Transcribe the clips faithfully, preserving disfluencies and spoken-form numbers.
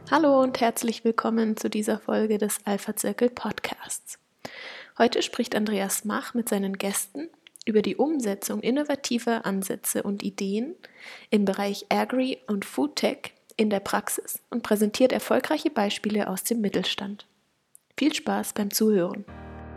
Hallo und herzlich willkommen zu dieser Folge des Alpha Zirkel Podcasts. Heute spricht Andreas Mach mit seinen Gästen über die Umsetzung innovativer Ansätze und Ideen im Bereich Agri- und Foodtech in der Praxis und präsentiert erfolgreiche Beispiele aus dem Mittelstand. Viel Spaß beim Zuhören.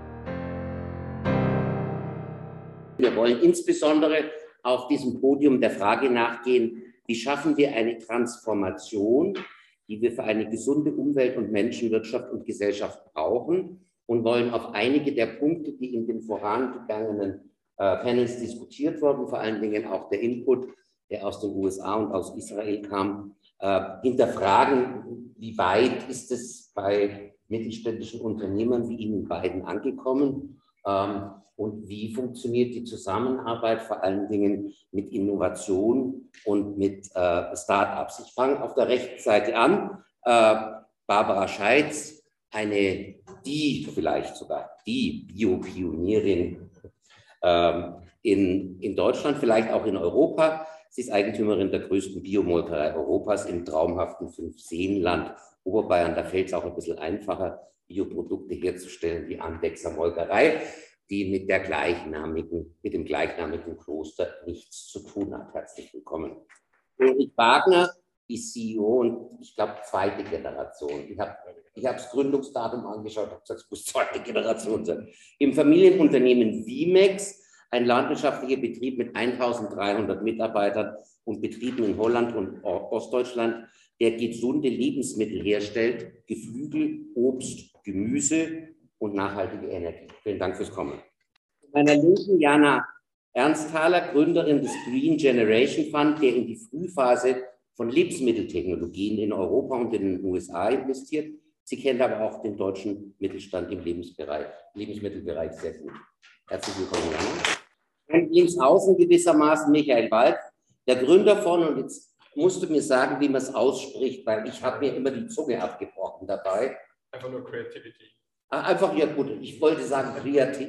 Wir wollen insbesondere auf diesem Podium der Frage nachgehen, wie schaffen wir eine Transformation, die wir für eine gesunde Umwelt und Menschenwirtschaft und Gesellschaft brauchen, und wollen auf einige der Punkte, die in den vorangegangenen äh, Panels diskutiert wurden, vor allen Dingen auch der Input, der aus den U S A und aus Israel kam, äh, hinterfragen, wie weit ist es bei mittelständischen Unternehmern wie Ihnen beiden angekommen, ähm, und wie funktioniert die Zusammenarbeit vor allen Dingen mit Innovation und mit äh, Start-ups. Ich fange auf der rechten Seite an. Äh, Barbara Scheitz, eine, die vielleicht sogar die Biopionierin ähm, in, in Deutschland, vielleicht auch in Europa. Sie ist Eigentümerin der größten Biomolkerei Europas im traumhaften Fünfseenland Oberbayern. Da fällt es auch ein bisschen einfacher, Bioprodukte herzustellen wie Andechser Molkerei, die mit, der gleichnamigen, mit dem gleichnamigen Kloster nichts zu tun hat. Herzlich willkommen. Ulrich Wagner ist C E O und ich glaube zweite Generation. Ich habe ich habe das Gründungsdatum angeschaut, habe gesagt, es muss zweite Generation sein. Im Familienunternehmen Vimex, ein landwirtschaftlicher Betrieb mit eintausenddreihundert Mitarbeitern und Betrieben in Holland und Ostdeutschland, der gesunde Lebensmittel herstellt, Geflügel, Obst, Gemüse und nachhaltige Energie. Vielen Dank fürs Kommen. Meiner Linken Jana Ernsthaler, Gründerin des Green Generation Fund, der in die Frühphase von Lebensmitteltechnologien in Europa und in den U S A investiert. Sie kennt aber auch den deutschen Mittelstand im Lebensbereich, Lebensmittelbereich sehr gut. Herzlich willkommen, Jana. Und links außen gewissermaßen Michael Wald, der Gründer von, und jetzt musst du mir sagen, wie man es ausspricht, weil ich habe mir immer die Zunge abgebrochen dabei. Einfach nur Creativity. Einfach, ja gut, ich wollte sagen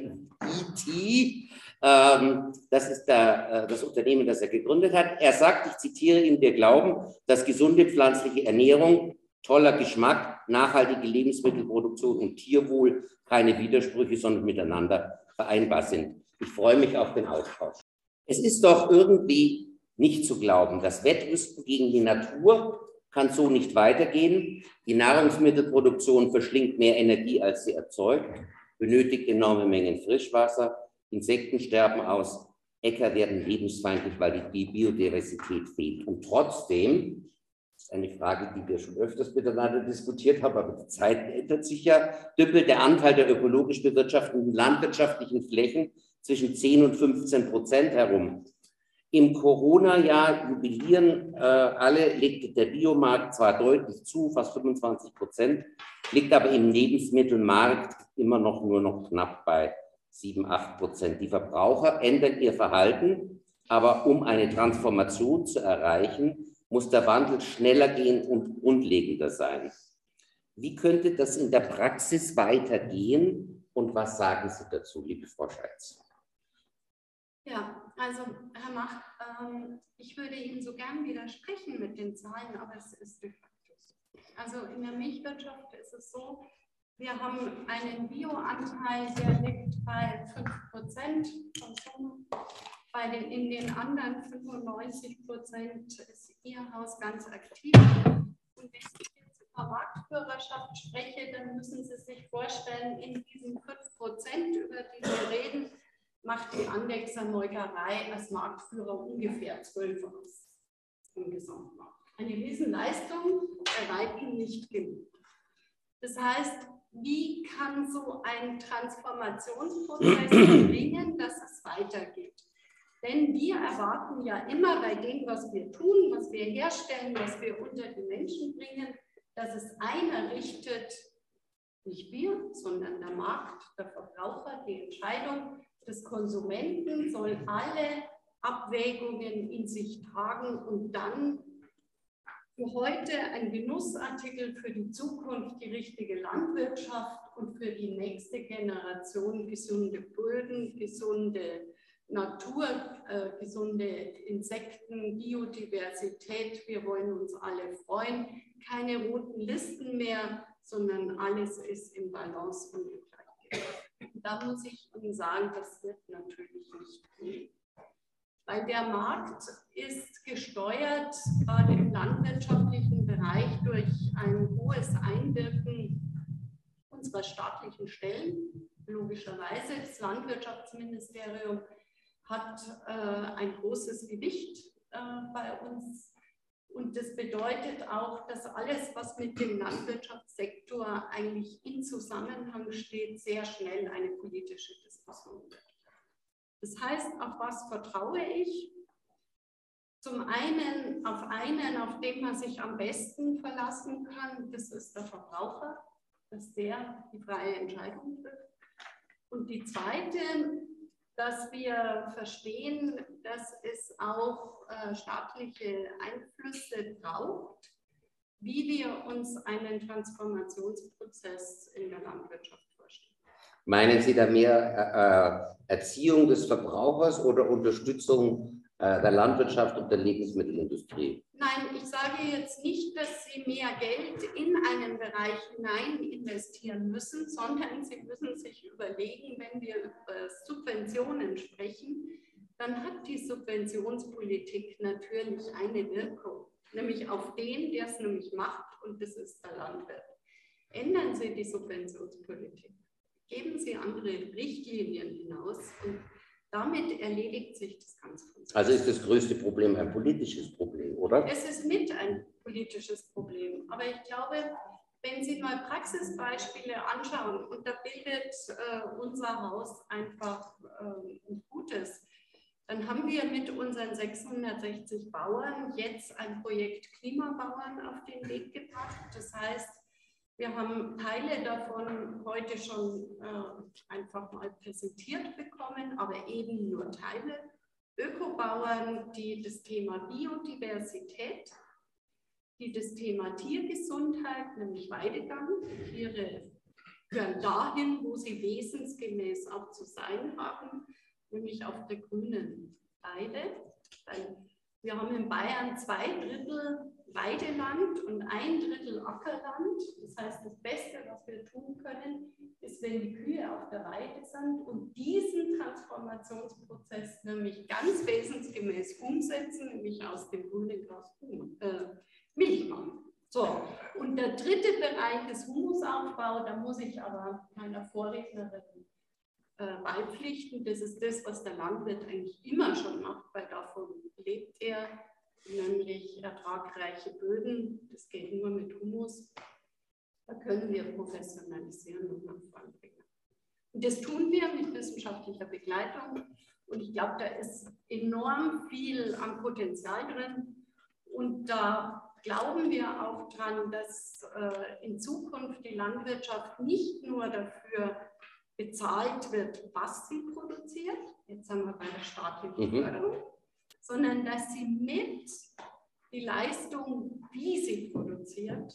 Creativity. Ähm, das ist der, äh, das Unternehmen, das er gegründet hat. Er sagt, ich zitiere ihn, wir glauben, dass gesunde pflanzliche Ernährung, toller Geschmack, nachhaltige Lebensmittelproduktion und Tierwohl keine Widersprüche, sondern miteinander vereinbar sind. Ich freue mich auf den Austausch. Es ist doch irgendwie nicht zu glauben, das Wettrüsten gegen die Natur kann so nicht weitergehen. Die Nahrungsmittelproduktion verschlingt mehr Energie, als sie erzeugt, benötigt enorme Mengen Frischwasser, Insekten sterben aus, Äcker werden lebensfeindlich, weil die Biodiversität fehlt. Und trotzdem, das ist eine Frage, die wir schon öfters miteinander diskutiert haben, aber die Zeit ändert sich ja, dümpelt der Anteil der ökologisch bewirtschafteten landwirtschaftlichen Flächen zwischen zehn und fünfzehn Prozent herum. Im Corona-Jahr jubilieren äh, alle, legt der Biomarkt zwar deutlich zu, fast fünfundzwanzig Prozent, liegt aber im Lebensmittelmarkt immer noch nur noch knapp bei sieben, acht Prozent. Die Verbraucher ändern ihr Verhalten, aber um eine Transformation zu erreichen, muss der Wandel schneller gehen und grundlegender sein. Wie könnte das in der Praxis weitergehen und was sagen Sie dazu, liebe Frau Scheitz? Ja, also Herr Mach, ähm, ich würde Ihnen so gern widersprechen mit den Zahlen, aber es ist de facto so. Also in der Milchwirtschaft ist es so, wir haben einen Bioanteil, der liegt bei fünf Prozent Konsum. Bei den, in den anderen fünfundneunzig Prozent ist Ihr Haus ganz aktiv. Und wenn ich jetzt über Marktführerschaft spreche, dann müssen Sie sich vorstellen, in diesen fünf Prozent, über die wir reden, macht die Andechser Molkerei als Marktführer ungefähr zwölf aus im Gesamtmarkt. Eine Riesenleistung, bei weitem nicht genug. Das heißt, wie kann so ein Transformationsprozess gelingen, dass es weitergeht? Denn wir erwarten ja immer bei dem, was wir tun, was wir herstellen, was wir unter die Menschen bringen, dass es einer richtet, nicht wir, sondern der Markt, der Verbraucher, die Entscheidung des Konsumenten soll alle Abwägungen in sich tragen und dann für heute ein Genussartikel, für die Zukunft die richtige Landwirtschaft und für die nächste Generation gesunde Böden, gesunde Natur, äh, gesunde Insekten, Biodiversität. Wir wollen uns alle freuen. keine roten Listen mehr, sondern alles ist im Balance und im Gleichgewicht. Da muss ich Ihnen sagen, das wird natürlich nicht gehen. Weil der Markt ist gesteuert, gerade im landwirtschaftlichen Bereich, durch ein hohes Einwirken unserer staatlichen Stellen. Logischerweise, das Landwirtschaftsministerium hat äh, ein großes Gewicht äh, bei uns. Und das bedeutet auch, dass alles, was mit dem Landwirtschaftssektor eigentlich in Zusammenhang steht, sehr schnell eine politische Diskussion wird. Das heißt, auf was vertraue ich? Zum einen auf einen, auf den man sich am besten verlassen kann, das ist der Verbraucher, dass der die freie Entscheidung trifft. Und die zweite, dass wir verstehen, dass es auch äh, staatliche Einflüsse braucht, wie wir uns einen Transformationsprozess in der Landwirtschaft vorstellen. Meinen Sie da mehr äh, Erziehung des Verbrauchers oder Unterstützung äh, der Landwirtschaft und der Lebensmittelindustrie? Nein, ich sage jetzt nicht, dass Sie mehr Geld in einen Bereich hinein investieren müssen, sondern Sie müssen sich überlegen, wenn wir über Subventionen sprechen, dann hat die Subventionspolitik natürlich eine Wirkung, nämlich auf den, der es nämlich macht, und das ist der Landwirt. Ändern Sie die Subventionspolitik, geben Sie andere Richtlinien hinaus und damit erledigt sich das Ganze. Also ist das größte Problem ein politisches Problem, oder? Es ist mit ein politisches Problem. Aber ich glaube, wenn Sie mal Praxisbeispiele anschauen, und da bildet äh, unser Haus einfach äh, ein Gutes, dann haben wir mit unseren sechshundertsechzig Bauern jetzt ein Projekt Klimabauern auf den Weg gebracht. Das heißt, wir haben Teile davon heute schon äh, einfach mal präsentiert bekommen, aber eben nur Teile. Ökobauern, die das Thema Biodiversität, die das Thema Tiergesundheit, nämlich Weidegang, Tiere gehören dahin, wo sie wesensgemäß auch zu sein haben, nämlich auf der grünen Weide. Weil wir haben in Bayern zwei Drittel Weideland und ein Drittel Ackerland. Das heißt, das Beste, was wir tun können, ist, wenn die Kühe auf der Weide sind und diesen Transformationsprozess nämlich ganz wesensgemäß umsetzen, nämlich aus dem grünen Gras äh, Milch machen. So, und der dritte Bereich ist Humusaufbau, da muss ich aber meiner Vorrednerin äh, beipflichten. Das ist das, was der Landwirt eigentlich immer schon macht, weil davon lebt er. Nämlich ertragreiche Böden, das geht nur mit Humus. Da können wir professionalisieren und nach vorne bringen. Und das tun wir mit wissenschaftlicher Begleitung. Und ich glaube, da ist enorm viel an Potenzial drin. Und da glauben wir auch dran, dass äh, in Zukunft die Landwirtschaft nicht nur dafür bezahlt wird, was sie produziert, jetzt sind wir bei der staatlichen Mhm. Förderung, sondern dass sie mit die Leistung, wie sie produziert,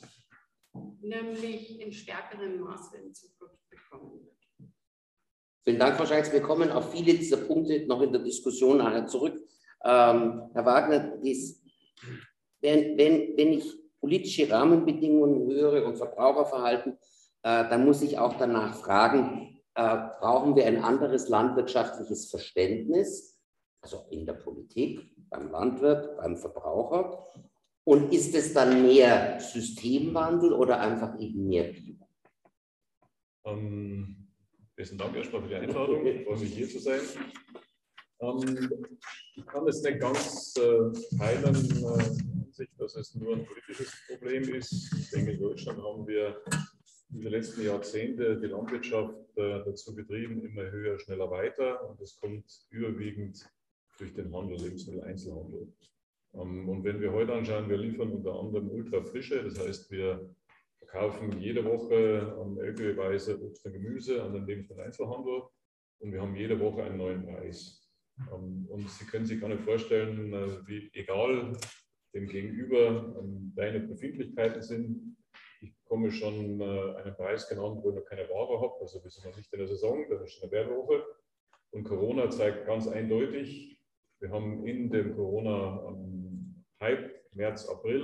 nämlich in stärkerem Maße in Zukunft bekommen wird. Vielen Dank, Frau Scheitz. Wir kommen auf viele dieser Punkte noch in der Diskussion nachher zurück. Ähm, Herr Wagner, dies, wenn, wenn, wenn ich politische Rahmenbedingungen höre und Verbraucherverhalten, äh, dann muss ich auch danach fragen, äh, brauchen wir ein anderes landwirtschaftliches Verständnis? Also in der Politik, beim Landwirt, beim Verbraucher. Und ist es dann mehr Systemwandel oder einfach eben mehr Bio? Ähm, besten Dank erstmal für die Einladung. Ich freue mich, hier zu sein. Ähm, ich kann es nicht ganz äh, teilen, äh, dass es nur ein politisches Problem ist. Ich denke, in Deutschland haben wir in den letzten Jahrzehnten die Landwirtschaft äh, dazu getrieben, immer höher, schneller, weiter. Und das kommt überwiegend durch den Handel, Lebensmitteleinzelhandel. Ähm, und wenn wir heute anschauen, wir liefern unter anderem Ultrafrische, das heißt, wir verkaufen jede Woche um L K W-weise Obst und Gemüse an den Lebensmitteleinzelhandel und wir haben jede Woche einen neuen Preis. Ähm, und Sie können sich gar nicht vorstellen, äh, wie egal dem Gegenüber ähm, deine Befindlichkeiten sind. Ich bekomme schon äh, einen Preis genannt, wo ich noch keine Ware habe, also wir sind noch nicht in der Saison, das ist eine Werbewoche. Und Corona zeigt ganz eindeutig, wir haben in dem Corona-Hype, März, April,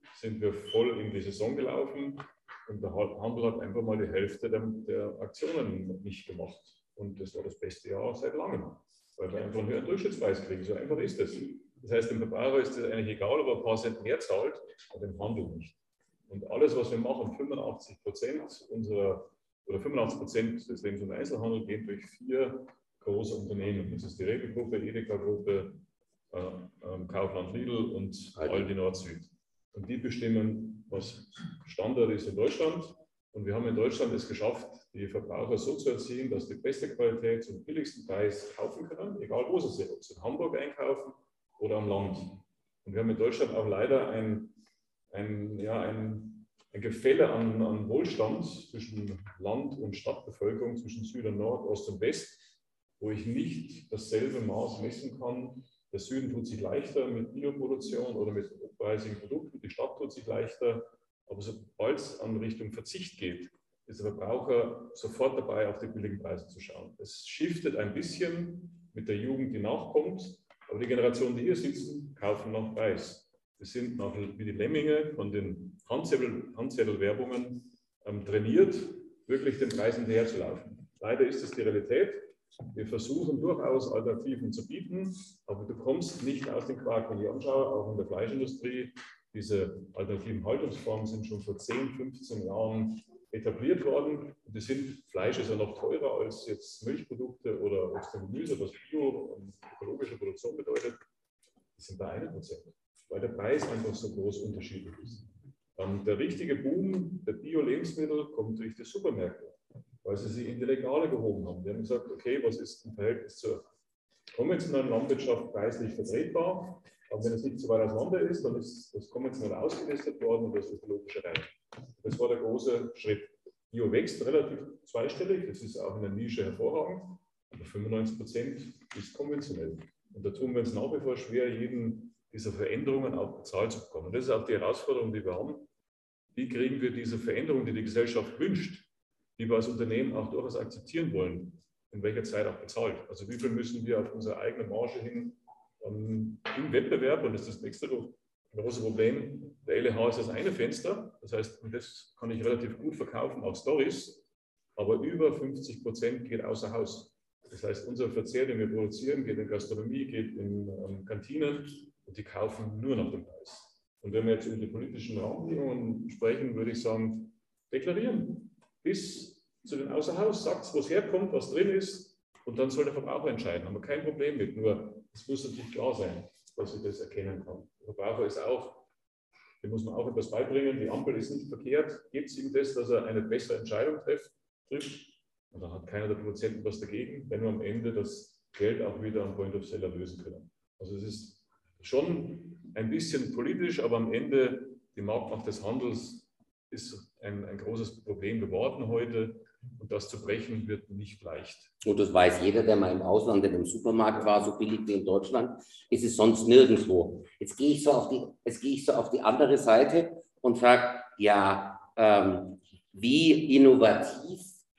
sind wir voll in die Saison gelaufen und der Handel hat einfach mal die Hälfte der, der Aktionen nicht gemacht. Und das war das beste Jahr seit langem, weil wir einfach einen höheren Durchschnittspreis kriegen. So einfach ist das. Das heißt, dem Verbraucher ist das eigentlich egal, ob er ein paar Cent mehr zahlt, aber dem Handel nicht. Und alles, was wir machen, fünfundachtzig Prozent unserer oder fünfundachtzig Prozent des Lebens- und Einzelhandels geht durch vier große Unternehmen. Das ist die Rewe-Gruppe, Edeka-Gruppe, äh, äh, Kaufland Lidl und Aldi Nord-Süd. Und die bestimmen, was Standard ist in Deutschland. Und wir haben in Deutschland es geschafft, die Verbraucher so zu erziehen, dass die beste Qualität zum billigsten Preis kaufen können, egal wo sie sind, ob sie in Hamburg einkaufen oder am Land. Und wir haben in Deutschland auch leider ein, ein, ja, ein, ein Gefälle an, an Wohlstand zwischen Land- und Stadtbevölkerung, zwischen Süd und Nord, Ost und West, wo ich nicht dasselbe Maß messen kann. Der Süden tut sich leichter mit Bioproduktion oder mit hochpreisigen Produkten, die Stadt tut sich leichter. Aber sobald es an Richtung Verzicht geht, ist der Verbraucher sofort dabei, auf die billigen Preise zu schauen. Es shiftet ein bisschen mit der Jugend, die nachkommt, aber die Generation, die hier sitzen, kaufen nach Preis. Wir sind nach, wie die Lemminge von den Handzettel, Handzettelwerbungen ähm, trainiert, wirklich den Preisen hinterherzulaufen. Leider ist es die Realität. Wir versuchen durchaus Alternativen zu bieten, aber du kommst nicht aus den Quark. Wenn ich anschaue, auch in der Fleischindustrie, diese alternativen Haltungsformen sind schon vor zehn, fünfzehn Jahren etabliert worden. Und die sind, Fleisch ist ja noch teurer als jetzt Milchprodukte oder Obst und Gemüse, was Bio und ökologische Produktion bedeutet. Die sind bei einem Prozent, weil der Preis einfach so groß unterschiedlich ist. Und der richtige Boom der Bio-Lebensmittel kommt durch die Supermärkte, weil sie sie in die Regale gehoben haben. Die haben gesagt, okay, was ist im Verhältnis zur konventionellen Landwirtschaft preislich vertretbar? Aber wenn es nicht so weit auseinander ist, dann ist das konventionell ausgelistet worden und das ist ökologische Rein. Das war der große Schritt. Bio wächst relativ zweistellig, das ist auch in der Nische hervorragend, aber fünfundneunzig Prozent ist konventionell. Und da tun wir uns nach wie vor schwer, jeden dieser Veränderungen auch bezahlt zu bekommen. Und das ist auch die Herausforderung, die wir haben. Wie kriegen wir diese Veränderung, die die Gesellschaft wünscht, die wir als Unternehmen auch durchaus akzeptieren wollen, in welcher Zeit auch bezahlt? Also wie viel müssen wir auf unsere eigene Marge hin um, im Wettbewerb, und das ist das nächste große Problem, der L E H ist das eine Fenster, das heißt, und das kann ich relativ gut verkaufen, auch Stories, aber über fünfzig Prozent geht außer Haus. Das heißt, unser Verzehr, den wir produzieren, geht in Gastronomie, geht in um, Kantinen und die kaufen nur nach dem Preis. Und wenn wir jetzt über die politischen Rahmenbedingungen sprechen, würde ich sagen, deklarieren. Bis zu den Außerhaus, sagt, wo es herkommt, was drin ist, und dann soll der Verbraucher entscheiden. Haben wir kein Problem mit, nur es muss natürlich klar sein, dass ich das erkennen kann. Der Verbraucher ist auch, dem muss man auch etwas beibringen, die Ampel ist nicht verkehrt, gibt es ihm das, dass er eine bessere Entscheidung trifft, trifft. Und dann hat keiner der Produzenten was dagegen, wenn wir am Ende das Geld auch wieder am Point of Sale lösen können. Also es ist schon ein bisschen politisch, aber am Ende die Marktmacht des Handels ist ein, ein großes Problem geworden heute. Und das zu brechen wird nicht leicht. Und das weiß jeder, der mal im Ausland in einem Supermarkt war, so billig wie in Deutschland, ist es sonst nirgendwo. Jetzt gehe ich so auf die, jetzt gehe ich so auf die andere Seite und frage, ja, ähm, wie innovativ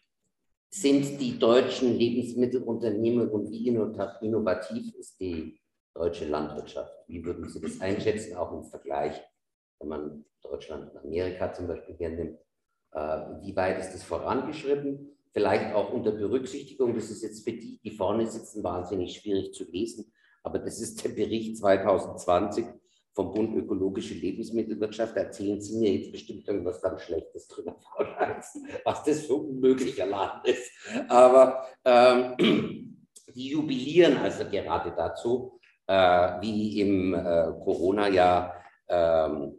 sind die deutschen Lebensmittelunternehmen und wie innovativ ist die deutsche Landwirtschaft? Wie würden Sie das einschätzen, auch im Vergleich, wenn man Deutschland und Amerika zum Beispiel hernimmt? Wie weit ist das vorangeschritten? Vielleicht auch unter Berücksichtigung, das ist jetzt für die, die vorne sitzen, wahnsinnig schwierig zu lesen, aber das ist der Bericht zwanzig zwanzig vom Bund Ökologische Lebensmittelwirtschaft. Da erzählen Sie mir jetzt bestimmt irgendwas ganz Schlechtes drüber, Frau Leitz, was das für ein unmöglicher Land ist. Aber ähm, die jubilieren also gerade dazu, äh, wie im äh, Corona-Jahr ähm,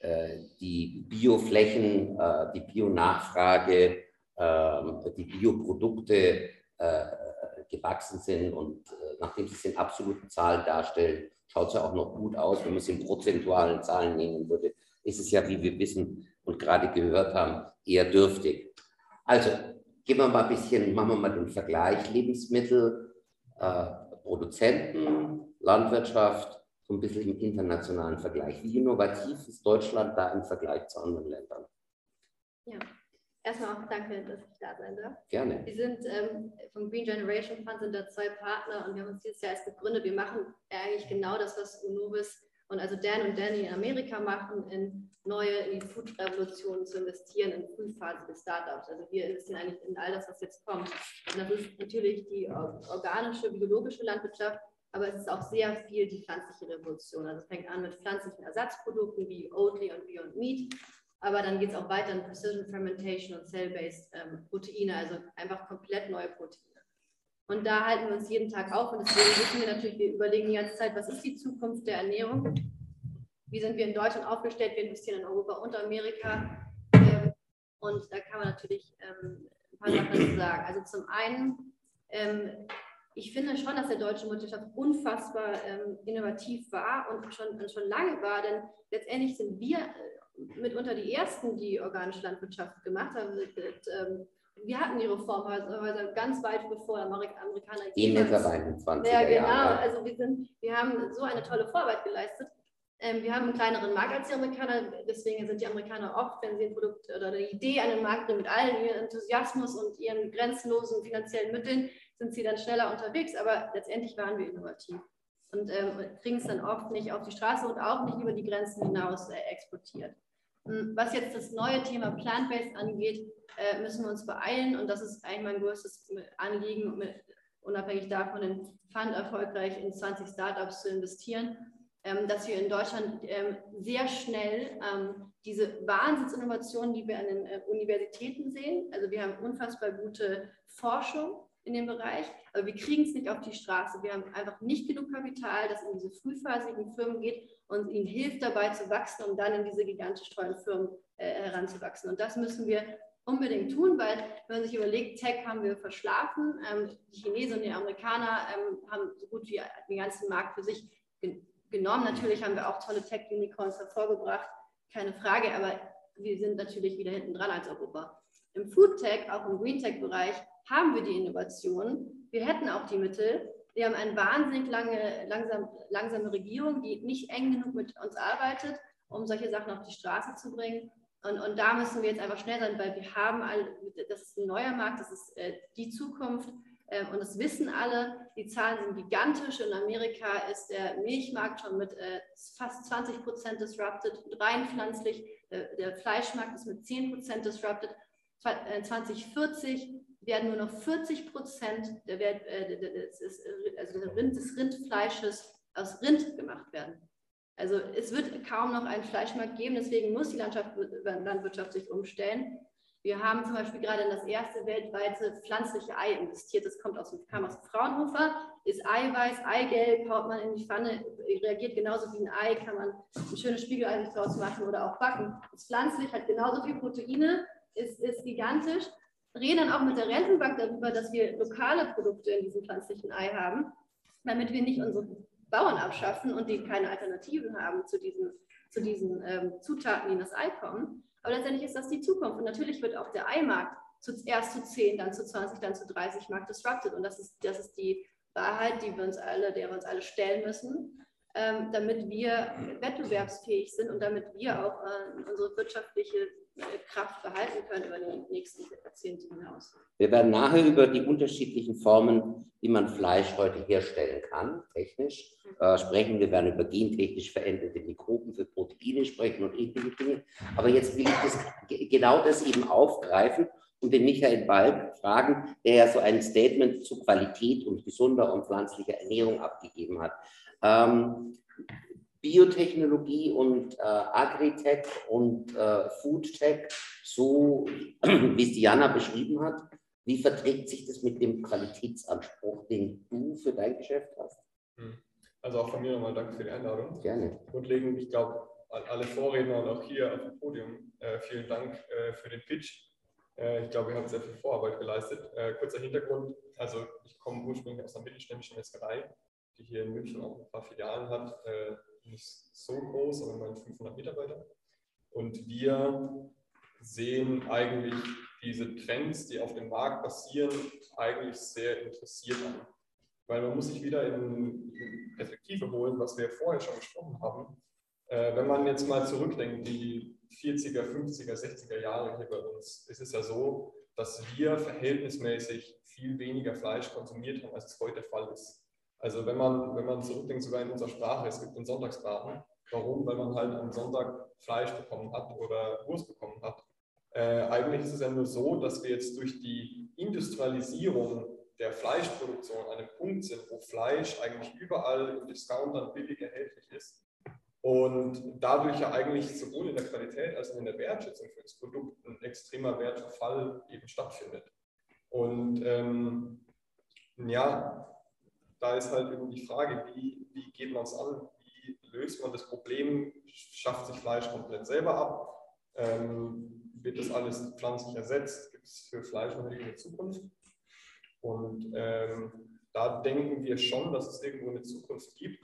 die Bioflächen, die Bionachfrage, die Bioprodukte gewachsen sind, und nachdem sie es in absoluten Zahlen darstellen, schaut es ja auch noch gut aus. Wenn man es in prozentualen Zahlen nehmen würde, ist es ja, wie wir wissen und gerade gehört haben, eher dürftig. Also gehen wir mal ein bisschen, machen wir mal den Vergleich Lebensmittel, äh, Produzenten, Landwirtschaft, so ein bisschen im internationalen Vergleich. Wie innovativ ist Deutschland da im Vergleich zu anderen Ländern? Ja, erstmal auch danke, dass ich da sein darf. Gerne. Wir sind ähm, vom Green Generation Fund, sind da zwei Partner, und wir haben uns dieses Jahr erst gegründet. Wir machen eigentlich genau das, was Unovis und also Dan und Danny in Amerika machen, in neue, in die Food-Revolution zu investieren, in frühphasige Startups. Also wir investieren eigentlich in all das, was jetzt kommt. Und das ist natürlich die organische, biologische Landwirtschaft, aber es ist auch sehr viel die pflanzliche Revolution. Also es fängt an mit pflanzlichen Ersatzprodukten wie Oatly und Beyond Meat, aber dann geht es auch weiter in Precision Fermentation und Cell-Based ähm, Proteine, also einfach komplett neue Proteine. Und da halten wir uns jeden Tag auf und deswegen wissen wir natürlich, wir überlegen die ganze Zeit, was ist die Zukunft der Ernährung? Wie sind wir in Deutschland aufgestellt? Wir investieren in Europa und Amerika. Ähm, und da kann man natürlich ähm, ein paar Sachen dazu sagen. Also zum einen, ähm, ich finde schon, dass der deutsche Landwirtschaft unfassbar ähm, innovativ war und schon, und schon lange war, denn letztendlich sind wir äh, mitunter die Ersten, die organische Landwirtschaft gemacht haben. Mit, mit, ähm, wir hatten die Reformhäuser ganz weit bevor Amerikaner jemals in den zwanziger Jahren. Ja, genau. Jahren. Also wir, sind, wir haben so eine tolle Vorarbeit geleistet. Ähm, wir haben einen kleineren Markt als die Amerikaner, deswegen sind die Amerikaner oft, wenn sie ein Produkt oder eine Idee an den Markt bringen, mit all ihrem Enthusiasmus und ihren grenzenlosen finanziellen Mitteln, sind sie dann schneller unterwegs, aber letztendlich waren wir innovativ und ähm, kriegen es dann oft nicht auf die Straße und auch nicht über die Grenzen hinaus äh, exportiert. Was jetzt das neue Thema Plant-Based angeht, äh, müssen wir uns beeilen und das ist eigentlich mein größtes Anliegen, mit, unabhängig davon den Fund erfolgreich in zwanzig Startups zu investieren, ähm, dass wir in Deutschland ähm, sehr schnell ähm, diese Wahnsinnsinnovationen, die wir an den äh, Universitäten sehen, also wir haben unfassbar gute Forschung in dem Bereich, aber wir kriegen es nicht auf die Straße. Wir haben einfach nicht genug Kapital, das in diese frühphasigen Firmen geht und ihnen hilft dabei zu wachsen, um dann in diese gigantisch tollen Firmen äh, heranzuwachsen. Und das müssen wir unbedingt tun, weil wenn man sich überlegt, Tech haben wir verschlafen, ähm, die Chinesen und die Amerikaner ähm, haben so gut wie den ganzen Markt für sich gen genommen. Natürlich haben wir auch tolle Tech-Unicorns hervorgebracht, keine Frage, aber wir sind natürlich wieder hinten dran als Europa. Im Food-Tech, auch im Green-Tech-Bereich, haben wir die Innovation. Wir hätten auch die Mittel. Wir haben eine wahnsinnig lange, langsam, langsame Regierung, die nicht eng genug mit uns arbeitet, um solche Sachen auf die Straße zu bringen. Und, und da müssen wir jetzt einfach schnell sein, weil wir haben, all, das ist ein neuer Markt, das ist äh, die Zukunft. Äh, und das wissen alle. Die Zahlen sind gigantisch. In Amerika ist der Milchmarkt schon mit äh, fast zwanzig Prozent disrupted, rein pflanzlich. Der, der Fleischmarkt ist mit zehn Prozent disrupted. zwanzig vierzig werden nur noch vierzig Prozent der Welt, äh, des, also des, Rind, des Rindfleisches aus Rind gemacht werden. Also es wird kaum noch einen Fleischmarkt geben, deswegen muss die Landschaft, Landwirtschaft sich umstellen. Wir haben zum Beispiel gerade in das erste weltweite pflanzliche Ei investiert. Das kommt aus dem, kam aus dem Fraunhofer, ist Eiweiß, Eigelb, haut man in die Pfanne, reagiert genauso wie ein Ei, kann man ein schönes Spiegelei draus machen oder auch backen. Ist pflanzlich, hat genauso viel Proteine, ist, ist gigantisch. Reden dann auch mit der Rentenbank darüber, dass wir lokale Produkte in diesem pflanzlichen Ei haben, damit wir nicht unsere Bauern abschaffen und die keine Alternativen haben zu diesen, zu diesen ähm, Zutaten, die in das Ei kommen. Aber letztendlich ist das die Zukunft. Und natürlich wird auch der Eimarkt zu, erst zu zehn, dann zu zwanzig, dann zu dreißig Markt disrupted. Und das ist, das ist die Wahrheit, die wir uns alle, der wir uns alle stellen müssen, ähm, damit wir wettbewerbsfähig sind und damit wir auch äh, unsere wirtschaftliche Kraft behalten können über die nächsten Jahrzehnte hinaus. Wir werden nachher über die unterschiedlichen Formen, wie man Fleisch heute herstellen kann, technisch, äh, sprechen. Wir werden über gentechnisch veränderte Mikroben für Proteine sprechen und ähnliche Dinge. Aber jetzt will ich das, genau das eben aufgreifen und den Michael Balk fragen, der ja so ein Statement zu Qualität und gesunder und pflanzlicher Ernährung abgegeben hat. Ähm, Biotechnologie und äh, Agritech und äh, Foodtech, so wie es Diana beschrieben hat, wie verträgt sich das mit dem Qualitätsanspruch, den du für dein Geschäft hast? Also auch von mir nochmal danke für die Einladung. Gerne. Grundlegend, ich glaube, alle Vorredner und auch hier auf dem Podium, äh, vielen Dank äh, für den Pitch. Äh, ich glaube, ihr habt sehr viel Vorarbeit geleistet. Äh, kurzer Hintergrund, also ich komme ursprünglich aus einer mittelständischen Metzgerei, die hier in München auch ein paar Filialen hat. Äh, nicht so groß, aber immerhin fünfhundert Mitarbeiter. Und wir sehen eigentlich diese Trends, die auf dem Markt passieren, eigentlich sehr interessiert an. Weil man muss sich wieder in Perspektive holen, was wir vorher schon gesprochen haben. Äh, wenn man jetzt mal zurückdenkt, die vierziger, fünfziger, sechziger Jahre hier bei uns, ist es ja so, dass wir verhältnismäßig viel weniger Fleisch konsumiert haben, als es heute der Fall ist. Also wenn man, wenn man zurückdenkt, sogar in unserer Sprache, es gibt den Sonntagsbraten, Warum? Weil man halt am Sonntag Fleisch bekommen hat oder Wurst bekommen hat. Äh, eigentlich ist es ja nur so, dass wir jetzt durch die Industrialisierung der Fleischproduktion an einem Punkt sind, wo Fleisch eigentlich überall in Discountern billig erhältlich ist und dadurch ja eigentlich sowohl in der Qualität als auch in der Wertschätzung für das Produkt ein extremer Wertverfall eben stattfindet. Und ähm, ja, da ist halt eben die Frage, wie, wie geht man es an, wie löst man das Problem, schafft sich Fleisch komplett selber ab, ähm, wird das alles pflanzlich ersetzt, gibt es für Fleisch noch eine Zukunft? Und ähm, da denken wir schon, dass es irgendwo eine Zukunft gibt,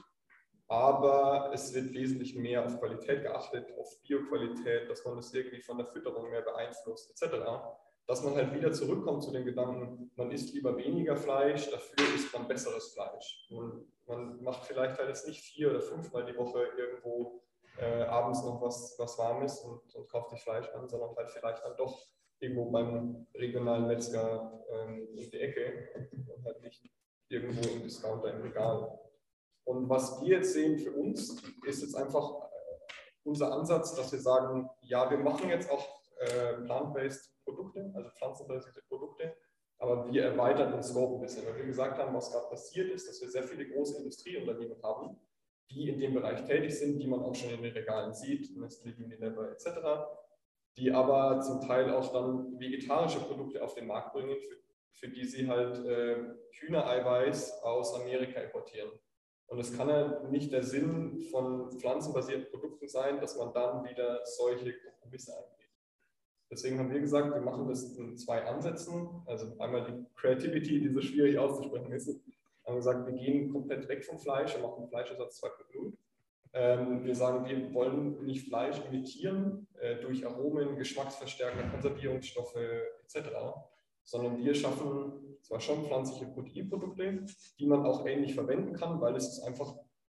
aber es wird wesentlich mehr auf Qualität geachtet, auf Bioqualität, dass man das irgendwie von der Fütterung mehr beeinflusst, et cetera. Dass man halt wieder zurückkommt zu den Gedanken, man isst lieber weniger Fleisch, dafür isst man besseres Fleisch. Und man macht vielleicht halt jetzt nicht vier oder fünfmal die Woche irgendwo äh, abends noch was, was Warmes und, und kauft sich Fleisch an, sondern halt vielleicht dann doch irgendwo beim regionalen Metzger ähm, in die Ecke und halt nicht irgendwo im Discounter im Regal. Und was wir jetzt sehen für uns, ist jetzt einfach unser Ansatz, dass wir sagen, ja, wir machen jetzt auch äh, plant-based Produkte, also pflanzenbasierte Produkte, aber wir erweitern den Scope ein bisschen. Weil wir gesagt haben, was gerade passiert ist, dass wir sehr viele große Industrieunternehmen haben, die in dem Bereich tätig sind, die man auch schon in den Regalen sieht, Nestlé, Unilever et cetera, die aber zum Teil auch dann vegetarische Produkte auf den Markt bringen, für, für die sie halt äh, Hühnereiweiß aus Amerika importieren. Und es kann ja nicht der Sinn von pflanzenbasierten Produkten sein, dass man dann wieder solche Kompromisse eingeht. Deswegen haben wir gesagt, wir machen das in zwei Ansätzen. Also einmal die Creativity, die so schwierig auszusprechen ist. Wir haben gesagt, wir gehen komplett weg vom Fleisch und machen Fleischersatz zwei Punkt null. Ähm, wir sagen, wir wollen nicht Fleisch imitieren äh, durch Aromen, Geschmacksverstärker, Konservierungsstoffe et cetera, sondern wir schaffen zwar schon pflanzliche Proteinprodukte, die man auch ähnlich verwenden kann, weil es ist einfach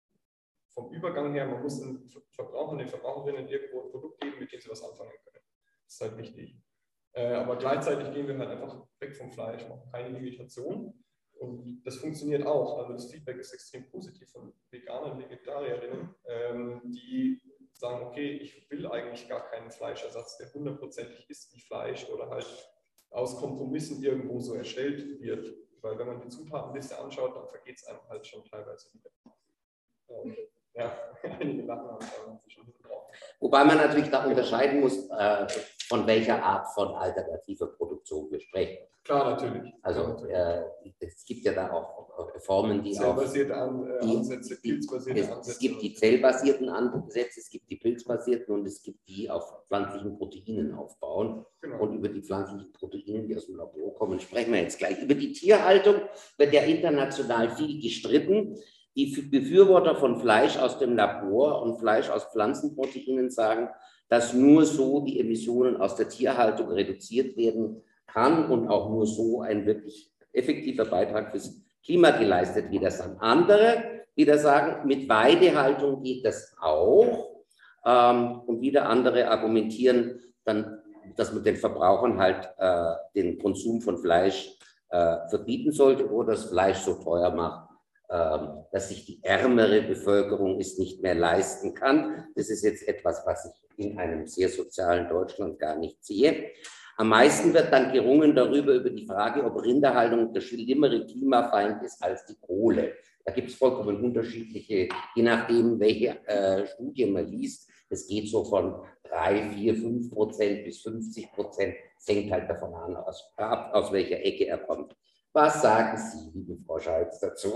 vom Übergang her, man muss den Verbrauchern, den Verbraucherinnen irgendwo ein Produkt geben, mit dem sie was anfangen können. Das ist halt wichtig. Äh, aber gleichzeitig gehen wir halt einfach weg vom Fleisch, machen keine Imitation. Und das funktioniert auch. Also das Feedback ist extrem positiv von Veganern, Vegetarierinnen, ähm, die sagen, okay, ich will eigentlich gar keinen Fleischersatz, der hundertprozentig ist wie Fleisch oder halt aus Kompromissen irgendwo so erstellt wird. Weil wenn man die Zutatenliste anschaut, dann vergeht es einem halt schon teilweise wieder. Ähm, ja, einige lachen haben sich schon drauf. Wobei man natürlich da unterscheiden muss, äh, von welcher Art von alternativer Produktion wir sprechen. Klar, natürlich. Also äh, es gibt ja da auch, auch Formen, die zellbasierte An äh, die, Ansätze, pilzbasierte es, Ansätze. Es gibt die zellbasierten Ansätze, es gibt die pilzbasierten und es gibt die auf pflanzlichen Proteinen aufbauen. Genau. Und über die pflanzlichen Proteine, die aus dem Labor kommen, sprechen wir jetzt gleich. Über die Tierhaltung wird ja international viel gestritten. Die Befürworter von Fleisch aus dem Labor und Fleisch aus Pflanzenproteinen sagen, dass nur so die Emissionen aus der Tierhaltung reduziert werden kann und auch nur so ein wirklich effektiver Beitrag fürs Klima geleistet wird. Das sind andere, die da sagen, mit Weidehaltung geht das auch. Ähm, und wieder andere argumentieren dann, dass man den Verbrauchern halt äh, den Konsum von Fleisch äh, verbieten sollte oder das Fleisch so teuer macht, dass sich die ärmere Bevölkerung es nicht mehr leisten kann. Das ist jetzt etwas, was ich in einem sehr sozialen Deutschland gar nicht sehe. Am meisten wird dann gerungen darüber, über die Frage, ob Rinderhaltung der schlimmere Klimafeind ist als die Kohle. Da gibt es vollkommen unterschiedliche, je nachdem, welche äh, Studie man liest. Es geht so von drei, vier, fünf Prozent bis fünfzig Prozent. Es hängt halt davon an, aus, ab, aus welcher Ecke er kommt. Was sagen Sie, liebe Frau Schalz, dazu?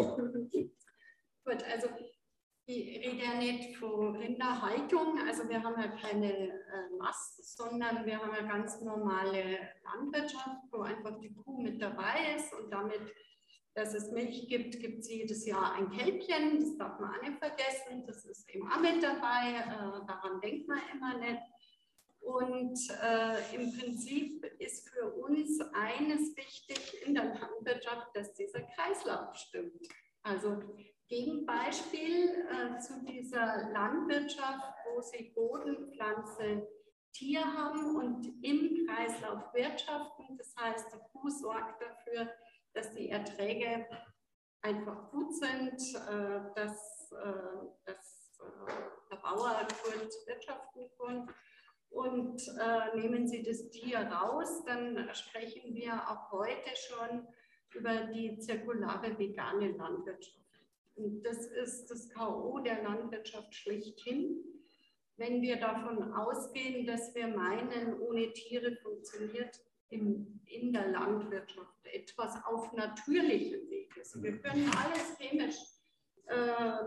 Gut, also ich rede ja nicht von Rinderhaltung, also wir haben ja keine äh, Mast, sondern wir haben ja ganz normale Landwirtschaft, wo einfach die Kuh mit dabei ist und damit, dass es Milch gibt, gibt es jedes Jahr ein Kälbchen, das darf man auch nicht vergessen, das ist eben auch mit dabei, äh, daran denkt man immer nicht. Und äh, im Prinzip ist für uns eines wichtig in der Landwirtschaft, dass dieser Kreislauf stimmt. Also Gegenbeispiel äh, zu dieser Landwirtschaft, wo sie Boden, Pflanze, Tier haben und im Kreislauf wirtschaften. Das heißt, die Kuh sorgt dafür, dass die Erträge einfach gut sind, äh, dass, äh, dass äh, der Bauer gut wirtschaften kann. Und äh, nehmen Sie das Tier raus, dann sprechen wir auch heute schon über die zirkulare vegane Landwirtschaft. Und das ist das K O der Landwirtschaft schlechthin. Wenn wir davon ausgehen, dass wir meinen, ohne Tiere funktioniert in, in der Landwirtschaft etwas auf natürlichem Weg ist. Wir können alles chemisch äh,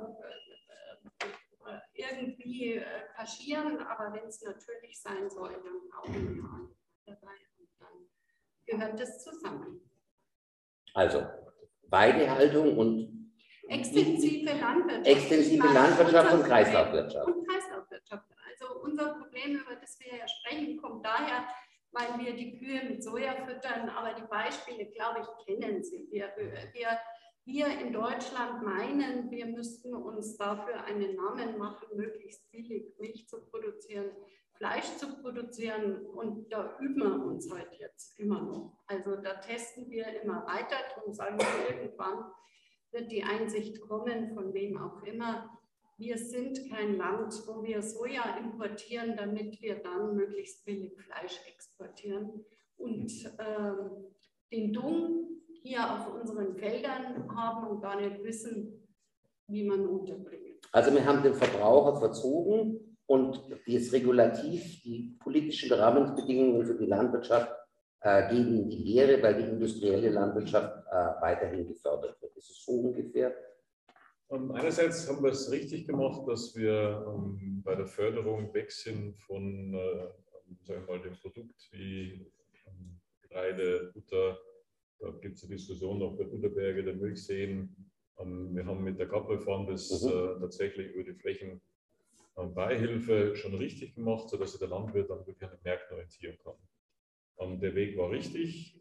irgendwie äh, kaschieren, aber wenn es natürlich sein soll, dann brauchen wir alle dabei und dann gehört das zusammen. Also Weidehaltung und extensive Landwirtschaft. Extensive Landwirtschaft und Kreislaufwirtschaft. Und Kreislaufwirtschaft. Also unser Problem, über das wir ja sprechen, kommt daher, weil wir die Kühe mit Soja füttern, aber die Beispiele, glaube ich, kennen Sie. Wir, wir, wir in Deutschland meinen, wir müssten uns dafür einen Namen machen, möglichst billig Milch zu produzieren, Fleisch zu produzieren, und da üben wir uns halt jetzt immer noch. Also da testen wir immer weiter, darum sagen wir, irgendwann wird die Einsicht kommen, von wem auch immer, wir sind kein Land, wo wir Soja importieren, damit wir dann möglichst billig Fleisch exportieren und ähm, den Dung hier auf unseren Feldern haben und gar nicht wissen, wie man unterbringt. Also wir haben den Verbraucher verzogen und das Regulativ, die politischen Rahmenbedingungen für die Landwirtschaft äh, gehen in die Leere, weil die industrielle Landwirtschaft äh, weiterhin gefördert wird. Das ist so ungefähr. Um, einerseits haben wir es richtig gemacht, dass wir um, bei der Förderung weg sind von äh, sagen wir mal, dem Produkt wie um, Getreide, Butter. Da gibt es eine Diskussion auf der Butterberge, der Milchseen. Um, wir haben mit der G A P-Reform das mhm. äh, tatsächlich über die Flächen Beihilfe schon richtig gemacht, sodass sich der Landwirt dann wirklich an den Märkten orientieren kann. Um, der Weg war richtig.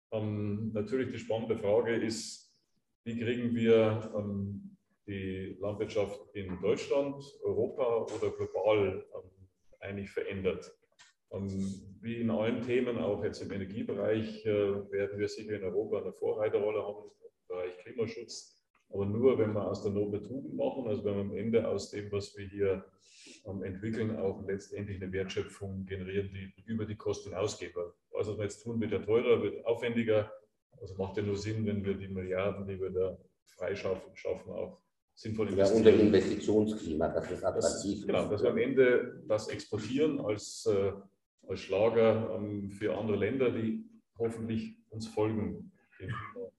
Um, natürlich die spannende Frage ist, wie kriegen wir um, die Landwirtschaft in Deutschland, Europa oder global um, eigentlich verändert. Um, wie in allen Themen, auch jetzt im Energiebereich, uh, werden wir sicher in Europa eine Vorreiterrolle haben im Bereich Klimaschutz. Aber nur, wenn wir aus der Not Tugend machen, also wenn wir am Ende aus dem, was wir hier um, entwickeln, auch letztendlich eine Wertschöpfung generieren, die über die Kosten hinausgeht. Weil alles, was wir jetzt tun, wird ja teurer, wird aufwendiger. Also macht ja nur Sinn, wenn wir die Milliarden, die wir da freischaffen, schaffen, auch sinnvoll investieren. Ja, unter Investitionsklima, das ist attraktiv. Genau, dass wir am Ende das exportieren als, äh, als Schlager ähm, für andere Länder, die hoffentlich uns folgen, den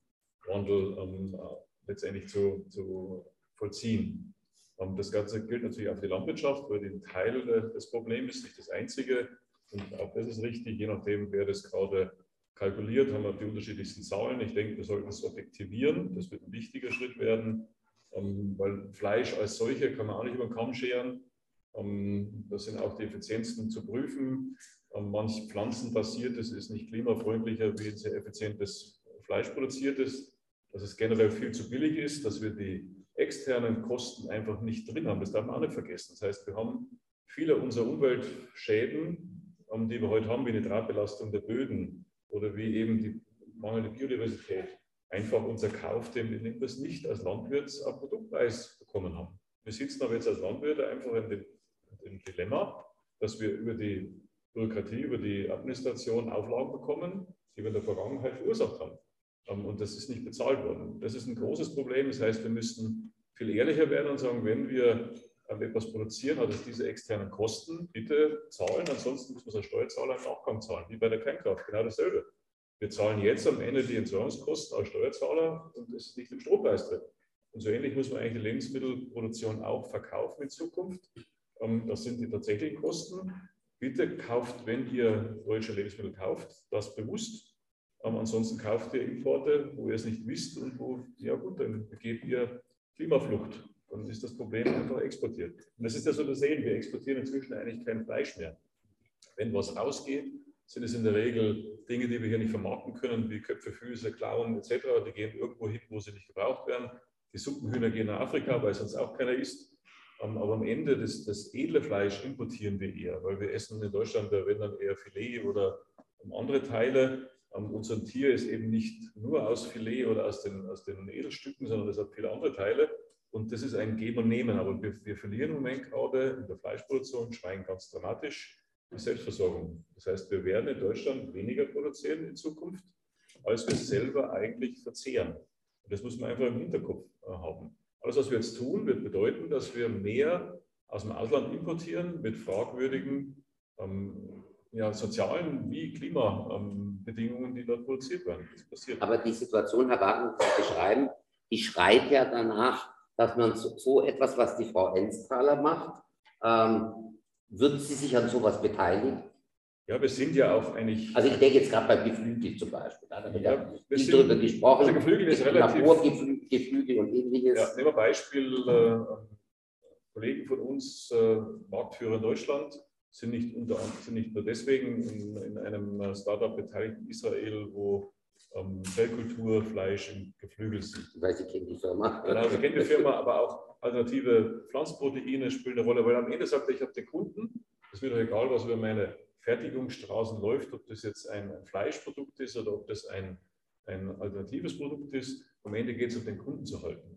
Wandel ähm, letztendlich zu, zu vollziehen. Ähm, das Ganze gilt natürlich auch für die Landwirtschaft, weil die ein Teil des Problems ist, nicht das einzige. Und auch das ist richtig, je nachdem, wer das gerade kalkuliert, haben wir die unterschiedlichsten Zahlen. Ich denke, wir sollten es objektivieren. Das wird ein wichtiger Schritt werden, ähm, weil Fleisch als solche kann man auch nicht über den Kamm scheren. Ähm, das sind auch die Effizienzen zu prüfen. Ähm, manch pflanzenbasiertes ist nicht klimafreundlicher, wie ein sehr effizientes Fleisch produziertes. Dass es generell viel zu billig ist, dass wir die externen Kosten einfach nicht drin haben. Das darf man auch nicht vergessen. Das heißt, wir haben viele unserer Umweltschäden, die wir heute haben, wie Nitratbelastung der Böden oder wie eben die mangelnde Biodiversität, einfach unser Kauf, den wir das nicht als Landwirt am Produktpreis bekommen haben. Wir sitzen aber jetzt als Landwirte einfach in dem, in dem Dilemma, dass wir über die Bürokratie, über die Administration Auflagen bekommen, die wir in der Vergangenheit verursacht haben. Und das ist nicht bezahlt worden. Das ist ein großes Problem. Das heißt, wir müssten viel ehrlicher werden und sagen, wenn wir etwas produzieren, hat es diese externen Kosten, bitte zahlen. Ansonsten muss man als Steuerzahler einen Nachgang zahlen, wie bei der Kernkraft. Genau dasselbe. Wir zahlen jetzt am Ende die Entsorgungskosten als Steuerzahler und es ist nicht im Strompreis drin. Und so ähnlich muss man eigentlich die Lebensmittelproduktion auch verkaufen in Zukunft. Das sind die tatsächlichen Kosten. Bitte kauft, wenn ihr deutsche Lebensmittel kauft, das bewusst. Um, ansonsten kauft ihr Importe, wo ihr es nicht wisst und wo, ja gut, dann begeht ihr Klimaflucht. Dann ist das Problem einfach exportiert. Und das ist ja so zu sehen, wir exportieren inzwischen eigentlich kein Fleisch mehr. Wenn was rausgeht, sind es in der Regel Dinge, die wir hier nicht vermarkten können, wie Köpfe, Füße, Klauen et cetera. Die gehen irgendwo hin, wo sie nicht gebraucht werden. Die Suppenhühner gehen nach Afrika, weil sonst auch keiner isst. Um, aber am Ende das, das edle Fleisch importieren wir eher, weil wir essen in Deutschland, wenn dann eher Filet oder um andere Teile. Um, unser Tier ist eben nicht nur aus Filet oder aus den, aus den Edelstücken, sondern es hat viele andere Teile. Und das ist ein Geben und Nehmen. Aber wir, wir verlieren im Moment gerade in der Fleischproduktion Schwein ganz dramatisch die Selbstversorgung. Das heißt, wir werden in Deutschland weniger produzieren in Zukunft, als wir selber eigentlich verzehren. Und das muss man einfach im Hinterkopf haben. Alles, was wir jetzt tun, wird bedeuten, dass wir mehr aus dem Ausland importieren mit fragwürdigen ähm, ja, sozialen wie Klimabedingungen, die dort produziert werden. Das passiert. Aber die Situation, Herr Wagner, die Sie beschreiben, die schreit ja danach, dass man so, so etwas, was die Frau Enztaler macht, ähm, würden Sie sich an sowas beteiligen? Ja, wir sind ja auch eigentlich... Also ich denke jetzt gerade beim Geflügel zum Beispiel. Da haben wir ja, ja viel sind, darüber gesprochen. Also Geflügel ist relativ... Laborgeflügel Geflügel und ähnliches. Ja, nehmen wir Beispiel, äh, Kollegen von uns, äh, Marktführer in Deutschland, sind nicht, unter, sind nicht nur deswegen in, in einem Startup beteiligt in Israel, wo ähm, Zellkulturfleisch im Geflügel sind. Weil Sie kennen die Firma. Genau, Sie kennen die Firma, aber auch alternative Pflanzenproteine spielen eine Rolle, weil am Ende sagt er, ich habe den Kunden, es ist mir doch egal, was über meine Fertigungsstraßen läuft, ob das jetzt ein Fleischprodukt ist oder ob das ein, ein alternatives Produkt ist. Am Ende geht es um den Kunden zu halten.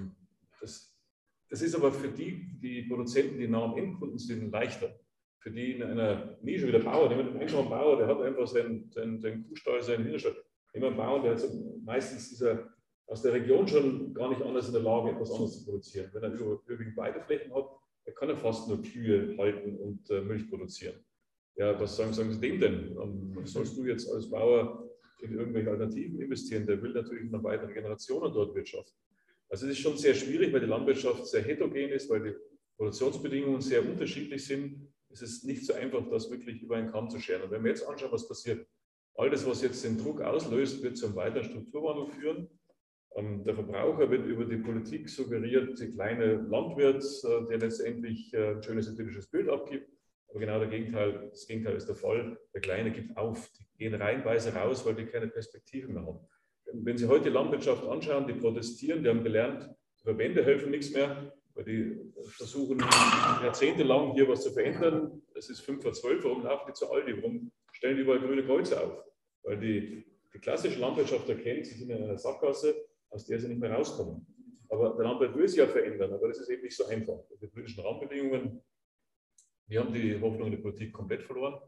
Das, das ist aber für die, die Produzenten, die nah am Endkunden sind, leichter. Für die in einer Nische wie der Bauer, der einfache Bauer, der hat einfach seinen, seinen, seinen Kuhstall, seinen Hinterstall. Immer Bauer, der hat so, meistens ist er aus der Region schon gar nicht anders in der Lage, etwas anderes zu produzieren. Wenn er überwiegend Weideflächen hat, er kann er fast nur Kühe halten und äh, Milch produzieren. Ja, was sagen, sagen Sie dem denn? Um, sollst du jetzt als Bauer in irgendwelche Alternativen investieren? Der will natürlich noch weitere Generationen dort wirtschaften. Also es ist schon sehr schwierig, weil die Landwirtschaft sehr heterogen ist, weil die Produktionsbedingungen sehr unterschiedlich sind. Es ist nicht so einfach, das wirklich über einen Kamm zu scheren. Und wenn wir jetzt anschauen, was passiert, all das, was jetzt den Druck auslöst, wird zu einem weiteren Strukturwandel führen. Ähm, der Verbraucher wird über die Politik suggeriert, der kleine Landwirt, äh, der letztendlich äh, ein schönes idyllisches Bild abgibt. Aber genau der Gegenteil, das Gegenteil ist der Fall. Der Kleine gibt auf, die gehen reihenweise raus, weil die keine Perspektive mehr haben. Wenn Sie heute die Landwirtschaft anschauen, die protestieren, die haben gelernt, die Verbände helfen nichts mehr, weil die versuchen jahrzehntelang hier was zu verändern. Es ist fünf vor zwölf, warum laufen die zu Aldi? Warum stellen die überall grüne Kreuze auf? Weil die, die klassische Landwirtschaft erkennt, sie sind in einer Sackgasse, aus der sie nicht mehr rauskommen. Aber der Landwirt will sich ja verändern, aber das ist eben nicht so einfach. Die politischen Rahmenbedingungen, wir haben die Hoffnung in der Politik komplett verloren.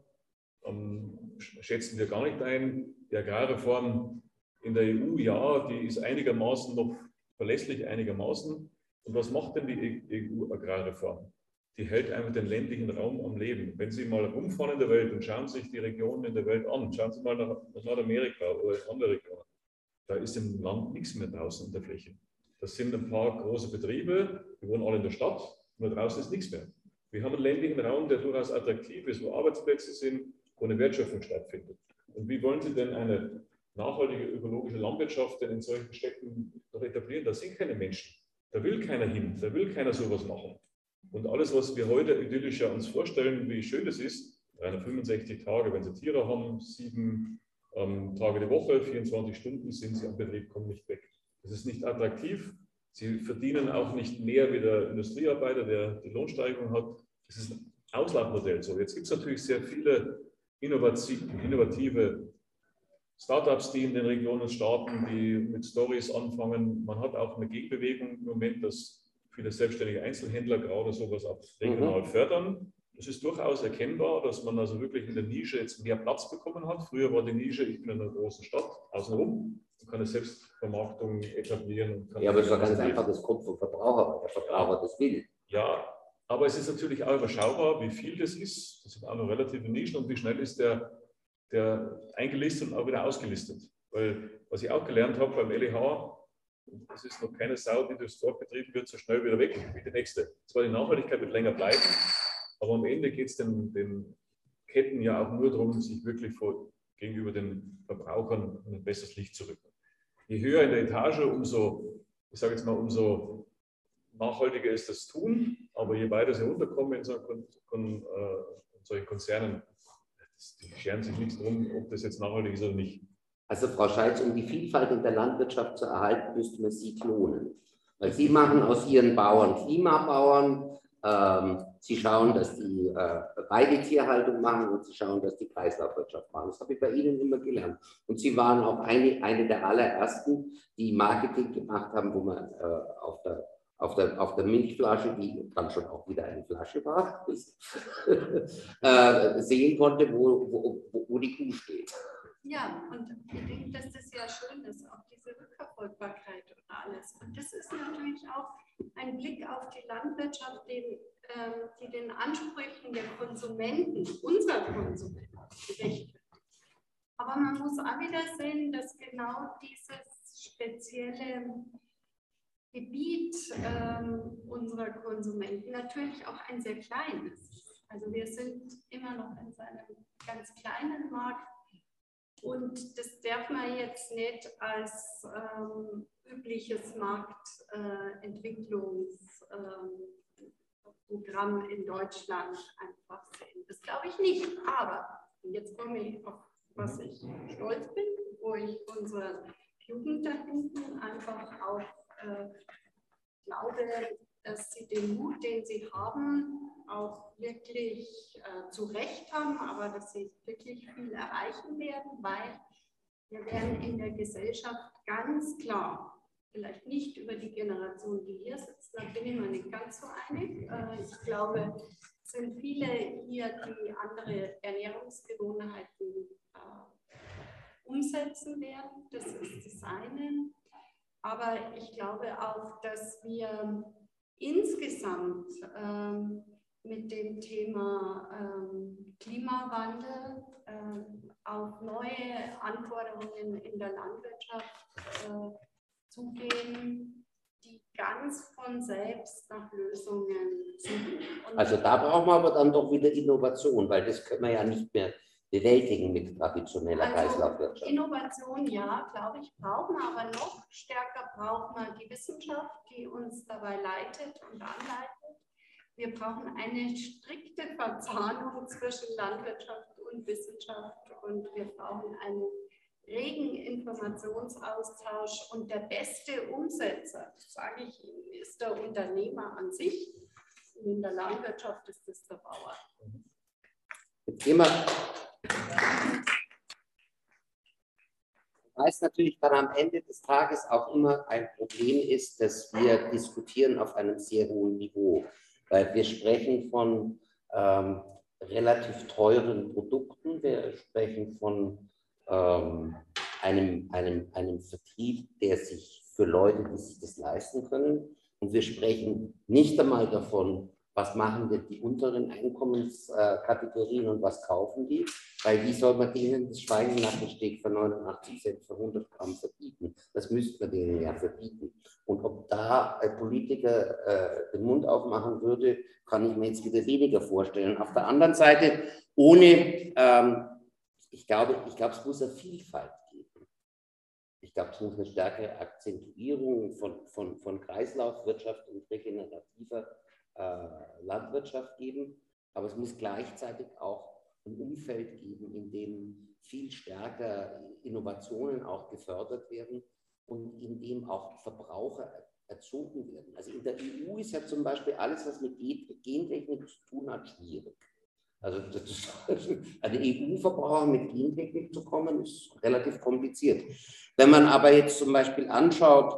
Ähm, schätzen wir gar nicht ein. Die Agrarreform in der E U, ja, die ist einigermaßen noch verlässlich, einigermaßen. Und was macht denn die E U-Agrarreform? Die hält einfach den ländlichen Raum am Leben. Wenn Sie mal rumfahren in der Welt und schauen sich die Regionen in der Welt an, schauen Sie mal nach Nordamerika oder in andere Regionen, da ist im Land nichts mehr draußen in der Fläche. Das sind ein paar große Betriebe, die wohnen alle in der Stadt, und da draußen ist nichts mehr. Wir haben einen ländlichen Raum, der durchaus attraktiv ist, wo Arbeitsplätze sind, wo eine Wertschöpfung stattfindet. Und wie wollen Sie denn eine nachhaltige ökologische Landwirtschaft denn in solchen Städten noch etablieren? Da sind keine Menschen. Da will keiner hin, da will keiner sowas machen. Und alles, was wir heute idyllisch ja uns vorstellen, wie schön das ist, dreihundertfünfundsechzig Tage, wenn Sie Tiere haben, sieben ähm, Tage die Woche, vierundzwanzig Stunden sind Sie am Betrieb, kommen nicht weg. Das ist nicht attraktiv. Sie verdienen auch nicht mehr wie der Industriearbeiter, der die Lohnsteigerung hat. Das ist ein Auslaufmodell. So, jetzt gibt es natürlich sehr viele innovative Startups, die in den Regionen starten, die mit Stories anfangen. Man hat auch eine Gegenbewegung im Moment, dass viele selbstständige Einzelhändler gerade sowas auch regional mhm. fördern. Es ist durchaus erkennbar, dass man also wirklich in der Nische jetzt mehr Platz bekommen hat. Früher war die Nische, ich bin in einer großen Stadt, außenrum, und kann eine Selbstvermarktung etablieren. Und kann ja, aber es ist doch ganz einfach, das kommt vom Verbraucher, weil der Verbraucher das will. Ja, aber es ist natürlich auch überschaubar, wie viel das ist. Das sind auch noch relative Nischen und wie schnell ist der, der eingelistet und auch wieder ausgelistet. Weil, was ich auch gelernt habe beim L E H, das ist noch keine Sau, die durchs Dorf betrieben wird, so schnell wieder weg wie die nächste. Zwar die Nachhaltigkeit wird länger bleiben, aber am Ende geht es den, den Ketten ja auch nur darum, sich wirklich vor, gegenüber den Verbrauchern ein besseres Licht zu rücken. Je höher in der Etage, umso, ich sage jetzt mal, umso nachhaltiger ist das Tun, aber je weiter sie runterkommen in, so, kon, kon, äh, in solchen Konzernen, die scheren sich nichts drum, ob das jetzt nachhaltig ist oder nicht. Also Frau Scheitz, um die Vielfalt in der Landwirtschaft zu erhalten, müsste man sie klonen. Weil Sie machen aus Ihren Bauern Klimabauern, ähm, Sie schauen, dass die äh, Weidetierhaltung machen und Sie schauen, dass die Kreislaufwirtschaft machen. Das habe ich bei Ihnen immer gelernt. Und Sie waren auch eine, eine der allerersten, die Marketing gemacht haben, wo man äh, auf der auf der, auf der Milchflasche, die dann schon auch wieder eine Flasche war, äh, sehen konnte, wo, wo, wo die Kuh steht. Ja, und ich denke, dass das ja schön ist, auch diese Rückverfolgbarkeit und alles. Und das ist natürlich auch ein Blick auf die Landwirtschaft, den, ähm, die den Ansprüchen der Konsumenten, unserer Konsumenten, gerecht wird. Aber man muss auch wieder sehen, dass genau dieses spezielle Gebiet ähm, unserer Konsumenten natürlich auch ein sehr kleines. Also wir sind immer noch in seinem ganz kleinen Markt. Und das darf man jetzt nicht als ähm, übliches Marktentwicklungsprogramm äh, in Deutschland einfach sehen. Das glaube ich nicht. Aber jetzt komme ich auf was ich stolz bin, wo ich unsere Jugend da hinten einfach auch äh, glaube, dass sie den Mut, den sie haben, auch wirklich äh, zu Recht haben, aber dass sie wirklich viel erreichen werden, weil wir werden in der Gesellschaft ganz klar, vielleicht nicht über die Generation, die hier sitzt, da bin ich mir nicht ganz so einig. Äh, ich glaube, es sind viele hier, die andere Ernährungsgewohnheiten äh, umsetzen werden. Das ist das eine. Aber ich glaube auch, dass wir insgesamt ähm, mit dem Thema ähm, Klimawandel äh, auf neue Anforderungen in der Landwirtschaft äh, zugehen, die ganz von selbst nach Lösungen suchen. Und also da brauchen wir aber dann doch wieder Innovation, weil das können wir ja nicht mehr bewältigen mit traditioneller also Kreislaufwirtschaft. Innovation, ja, glaube ich, brauchen wir, aber noch stärker brauchen wir die Wissenschaft, die uns dabei leitet und anleitet. Wir brauchen eine strikte Verzahnung zwischen Landwirtschaft und Wissenschaft und wir brauchen einen regen Informationsaustausch und der beste Umsetzer, sage ich Ihnen, ist der Unternehmer an sich. Und in der Landwirtschaft ist es der Bauer. Jetzt gehen wir. Weil es natürlich dann am Ende des Tages auch immer ein Problem ist, dass wir diskutieren auf einem sehr hohen Niveau. Weil wir sprechen von ähm, relativ teuren Produkten, wir sprechen von ähm, einem, einem, einem Vertrieb, der sich für Leute, die sich das leisten können. Und wir sprechen nicht einmal davon, was machen denn die unteren Einkommenskategorien und was kaufen die? Weil wie soll man denen das Schweinenackensteak für neunundachtzig Cent für hundert Gramm verbieten? Das müsste man denen ja verbieten. Und ob da ein Politiker äh, den Mund aufmachen würde, kann ich mir jetzt wieder weniger vorstellen. Auf der anderen Seite, ohne, ähm, ich glaube, ich glaube, es muss eine Vielfalt geben. Ich glaube, es muss eine stärkere Akzentuierung von, von, von Kreislaufwirtschaft und regenerativer Äh, Landwirtschaft geben, aber es muss gleichzeitig auch ein Umfeld geben, in dem viel stärker Innovationen auch gefördert werden und in dem auch Verbraucher erzogen werden. Also in der E U ist ja zum Beispiel alles, was mit Gentechnik zu tun hat, schwierig. Also das, eine E U-Verbraucher mit Gentechnik zu kommen, ist relativ kompliziert. Wenn man aber jetzt zum Beispiel anschaut,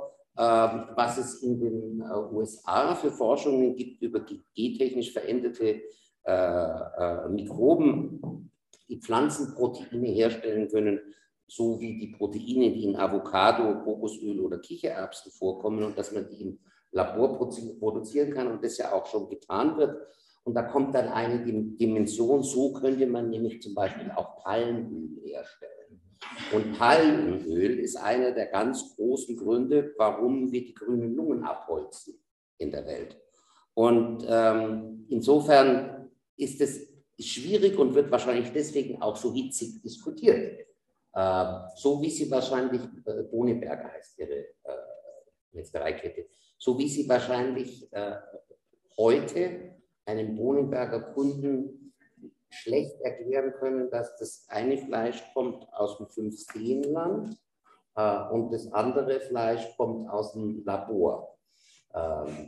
was es in den U S A für Forschungen gibt über gentechnisch veränderte äh, äh, Mikroben, die Pflanzenproteine herstellen können, so wie die Proteine, die in Avocado, Kokosöl oder Kichererbsen vorkommen und dass man die im Labor produzieren kann und das ja auch schon getan wird. Und da kommt dann eine Dimension, so könnte man nämlich zum Beispiel auch Palmöl herstellen. Und Palmöl ist einer der ganz großen Gründe, warum wir die grünen Lungen abholzen in der Welt. Und ähm, insofern ist es schwierig und wird wahrscheinlich deswegen auch so hitzig diskutiert. Äh, so wie sie wahrscheinlich, äh, Boneberger heißt ihre äh, Metzgereikette, so wie sie wahrscheinlich äh, heute einem Boneberger Kunden schlecht erklären können, dass das eine Fleisch kommt aus dem Fünf-Seen-Land äh, und das andere Fleisch kommt aus dem Labor. Ähm,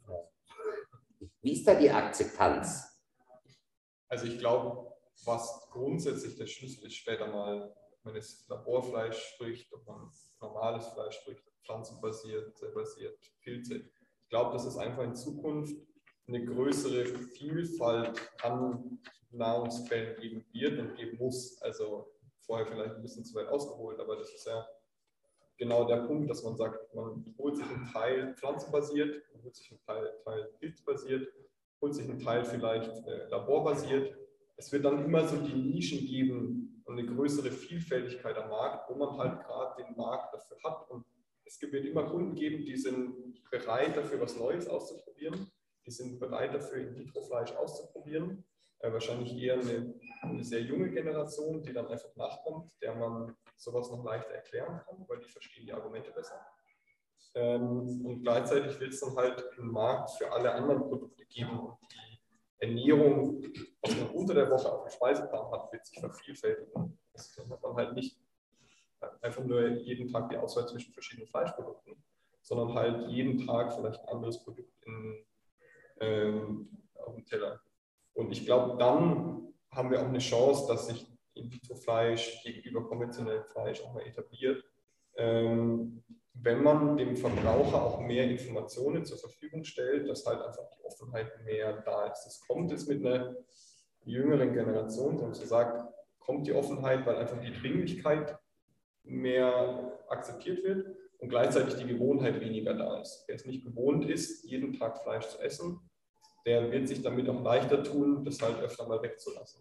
wie ist da die Akzeptanz? Also ich glaube, was grundsätzlich der Schlüssel ist, später mal, ob man jetzt Laborfleisch spricht, ob man normales Fleisch spricht, pflanzenbasiert, basiert, Pilze. Ich glaube, dass es einfach in Zukunft eine größere Vielfalt an Nahrungsquellen geben wird und geben muss. Also vorher vielleicht ein bisschen zu weit ausgeholt, aber das ist ja genau der Punkt, dass man sagt, man holt sich einen Teil pflanzenbasiert, man holt sich einen Teil, Teil pilzbasiert, holt sich einen Teil vielleicht äh, laborbasiert. Es wird dann immer so die Nischen geben und eine größere Vielfältigkeit am Markt, wo man halt gerade den Markt dafür hat. Und es wird immer Kunden geben, die sind bereit dafür, was Neues auszuprobieren. Die sind bereit dafür, In-vitro-Fleisch auszuprobieren. Äh, wahrscheinlich eher eine, eine sehr junge Generation, die dann einfach nachkommt, der man sowas noch leichter erklären kann, weil die verstehen die Argumente besser. Ähm, und gleichzeitig wird es dann halt einen Markt für alle anderen Produkte geben. Und die Ernährung, was man unter der Woche auf dem Speiseplan hat, wird sich vervielfältigen. Das hat man halt nicht einfach nur jeden Tag die Auswahl zwischen verschiedenen Fleischprodukten, sondern halt jeden Tag vielleicht ein anderes Produkt in, ähm, auf dem Teller. Und ich glaube, dann haben wir auch eine Chance, dass sich In-vitro-Fleisch gegenüber konventionellem Fleisch auch mal etabliert, ähm, wenn man dem Verbraucher auch mehr Informationen zur Verfügung stellt, dass halt einfach die Offenheit mehr da ist. Das kommt jetzt mit einer jüngeren Generation, sondern so sagt, kommt die Offenheit, weil einfach die Dringlichkeit mehr akzeptiert wird und gleichzeitig die Gewohnheit weniger da ist. Wer es nicht gewohnt ist, jeden Tag Fleisch zu essen, der wird sich damit auch leichter tun, das halt öfter mal wegzulassen.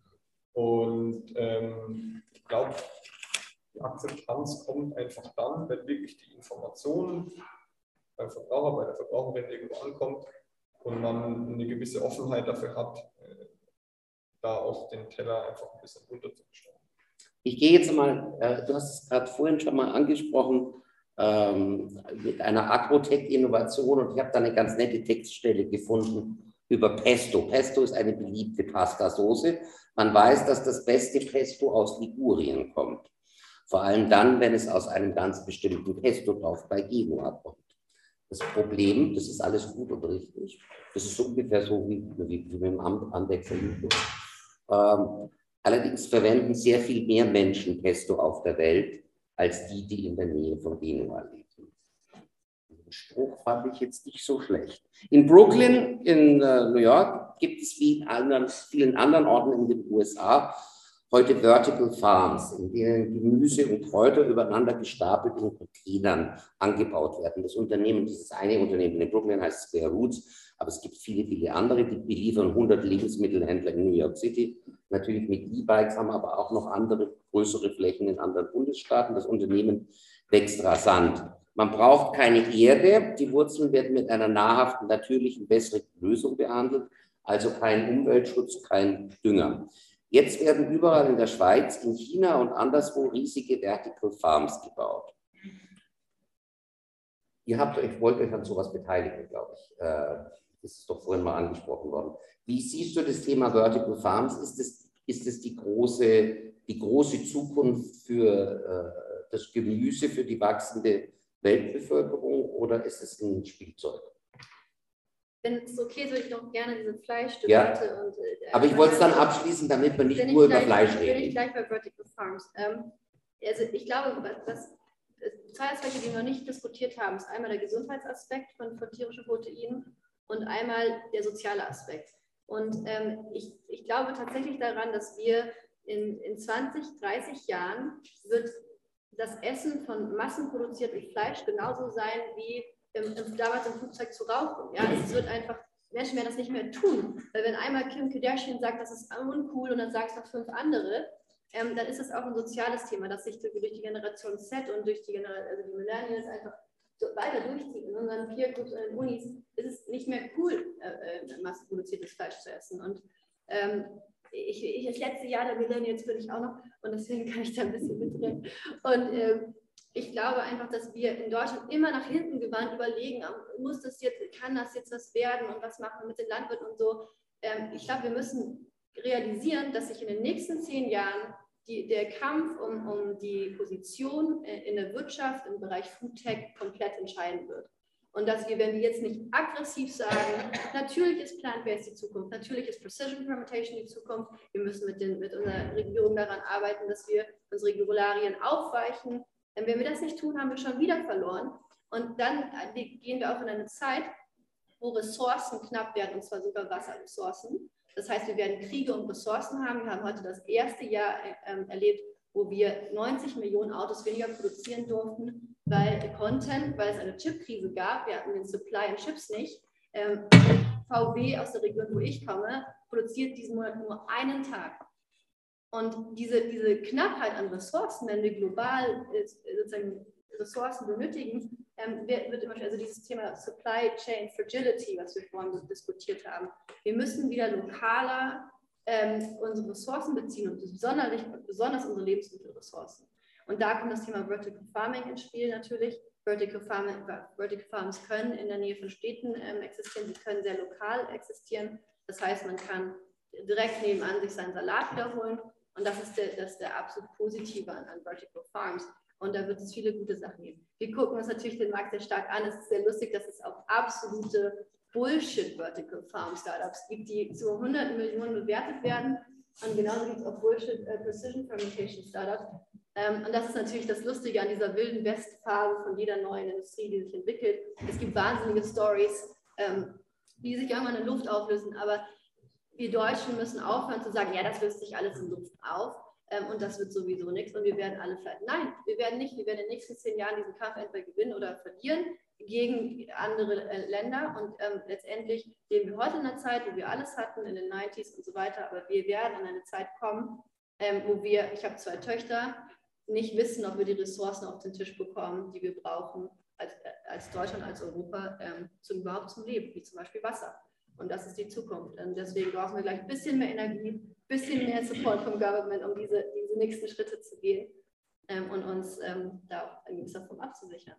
Und ähm, ich glaube, die Akzeptanz kommt einfach dann, wenn wirklich die Information beim Verbraucher, bei der Verbraucherin irgendwo ankommt und man eine gewisse Offenheit dafür hat, äh, da auch den Teller einfach ein bisschen runterzustellen. Ich gehe jetzt mal, äh, du hast es gerade vorhin schon mal angesprochen, ähm, mit einer Agrotech-Innovation, und ich habe da eine ganz nette Textstelle gefunden über Pesto. Pesto ist eine beliebte Pastasoße. Man weiß, dass das beste Pesto aus Ligurien kommt. Vor allem dann, wenn es aus einem ganz bestimmten Pesto-Dorf bei Genua kommt. Das Problem, das ist alles gut und richtig. Das ist so ungefähr so wie, wie, wie mit dem Andexer. Ähm, allerdings verwenden sehr viel mehr Menschen Pesto auf der Welt, als die, die in der Nähe von Genua leben. Den Spruch fand ich jetzt nicht so schlecht. In Brooklyn, in äh, New York, gibt es wie in anderen, vielen anderen Orten in den U S A heute Vertical Farms, in denen Gemüse und Kräuter übereinander gestapelt in Containern angebaut werden. Das Unternehmen, dieses eine Unternehmen in Brooklyn heißt Square Roots, aber es gibt viele, viele andere, die beliefern hundert Lebensmittelhändler in New York City, natürlich mit E-Bikes, haben aber auch noch andere größere Flächen in anderen Bundesstaaten. Das Unternehmen wächst rasant. Man braucht keine Erde, die Wurzeln werden mit einer nahrhaften, natürlichen, besseren Lösung behandelt, also kein Umweltschutz, kein Dünger. Jetzt werden überall in der Schweiz, in China und anderswo riesige Vertical Farms gebaut. Ihr habt euch, wollt euch an sowas beteiligen, glaube ich. Das ist doch vorhin mal angesprochen worden. Wie siehst du das Thema Vertical Farms? Ist es, ist es die, große, die große Zukunft für äh, das Gemüse, für die wachsende Weltbevölkerung, oder ist es ein Spielzeug? Wenn es okay ist, würde ich noch gerne diese Fleischdebatte ja. und. Äh, Aber ich wollte es dann abschließen, damit wir nicht nur über Fleisch reden. Bin ich gleich bei Vertical Farms. Ähm, also ich glaube, was zwei Aspekte, die wir noch nicht diskutiert haben, ist einmal der Gesundheitsaspekt von, von tierischen Proteinen und einmal der soziale Aspekt. Und ähm, ich, ich glaube tatsächlich daran, dass wir in, in zwanzig, dreißig Jahren wird das Essen von massenproduziertem Fleisch genauso sein wie Im, im, damals im Flugzeug zu rauchen. Ja, es wird einfach, Menschen werden das nicht mehr tun. Weil wenn einmal Kim Kardashian sagt, das ist uncool und dann sagt es noch fünf andere, ähm, dann ist das auch ein soziales Thema, das sich durch die Generation Z und durch die, Genera also die Millennials einfach so weiter durchzieht. In unseren Peer Groups und in den Unis ist es nicht mehr cool, äh, äh, massenproduziertes Fleisch zu essen. Und ähm, ich, ich, das letzte Jahr der Millennials bin ich auch noch und deswegen kann ich da ein bisschen mitreden. Und ähm, ich glaube einfach, dass wir in Deutschland immer nach hinten gewandt überlegen, muss das jetzt, kann das jetzt was werden und was machen wir mit den Landwirten und so. Ähm, ich glaube, wir müssen realisieren, dass sich in den nächsten zehn Jahren die, der Kampf um, um die Position in der Wirtschaft im Bereich Foodtech komplett entscheiden wird. Und dass wir, wenn wir jetzt nicht aggressiv sagen, natürlich ist Plant-Based die Zukunft, natürlich ist Precision Fermentation die Zukunft, wir müssen mit, den, mit unserer Regierung daran arbeiten, dass wir unsere Regularien aufweichen. Denn wenn wir das nicht tun, haben wir schon wieder verloren. Und dann gehen wir auch in eine Zeit, wo Ressourcen knapp werden, und zwar sogar Wasserressourcen. Das heißt, wir werden Kriege um Ressourcen haben. Wir haben heute das erste Jahr äh, erlebt, wo wir neunzig Millionen Autos weniger produzieren durften, weil Content, weil es eine Chipkrise gab. Wir hatten den Supply an Chips nicht. Ähm, V W aus der Region, wo ich komme, produziert diesen Monat nur einen Tag. Und diese, diese Knappheit an Ressourcen, wenn wir global äh, sozusagen Ressourcen benötigen, ähm, wird, wird immer schon, also dieses Thema Supply Chain Fragility, was wir vorhin diskutiert haben. Wir müssen wieder lokaler ähm, unsere Ressourcen beziehen und besonders, besonders unsere Lebensmittelressourcen. Und da kommt das Thema Vertical Farming ins Spiel natürlich. Vertical, Farming, Vertical Farms können in der Nähe von Städten ähm, existieren, sie können sehr lokal existieren. Das heißt, man kann direkt nebenan sich seinen Salat wiederholen. Und das ist der, das ist der absolut Positive an, an Vertical Farms. Und da wird es viele gute Sachen geben. Wir gucken uns natürlich den Markt sehr stark an. Es ist sehr lustig, dass es auch absolute Bullshit-Vertical Farm-Startups gibt, die zu hunderten Millionen bewertet werden. Und genauso gibt es auch Bullshit-Precision-Fermentation-Startups. Ähm, und das ist natürlich das Lustige an dieser wilden Westphase von jeder neuen Industrie, die sich entwickelt. Es gibt wahnsinnige Stories, ähm, die sich irgendwann in Luft auflösen. Aber wir Deutschen müssen aufhören zu sagen, ja, das löst sich alles in Luft auf. Ähm, und das wird sowieso nichts und wir werden alle pleiten. Nein, wir werden nicht. Wir werden in den nächsten zehn Jahren diesen Kampf entweder gewinnen oder verlieren gegen andere äh, Länder. Und ähm, letztendlich leben wir heute in einer Zeit, wo wir alles hatten, in den neunziger und so weiter. Aber wir werden an eine Zeit kommen, ähm, wo wir, ich habe zwei Töchter, nicht wissen, ob wir die Ressourcen auf den Tisch bekommen, die wir brauchen, als, als Deutschland, als Europa, ähm, zum, überhaupt zum Leben, wie zum Beispiel Wasser. Und das ist die Zukunft. Und deswegen brauchen wir gleich ein bisschen mehr Energie, ein bisschen mehr Support vom Government, um diese, diese nächsten Schritte zu gehen ähm, und uns ähm, da auch in gewisser Form abzusichern.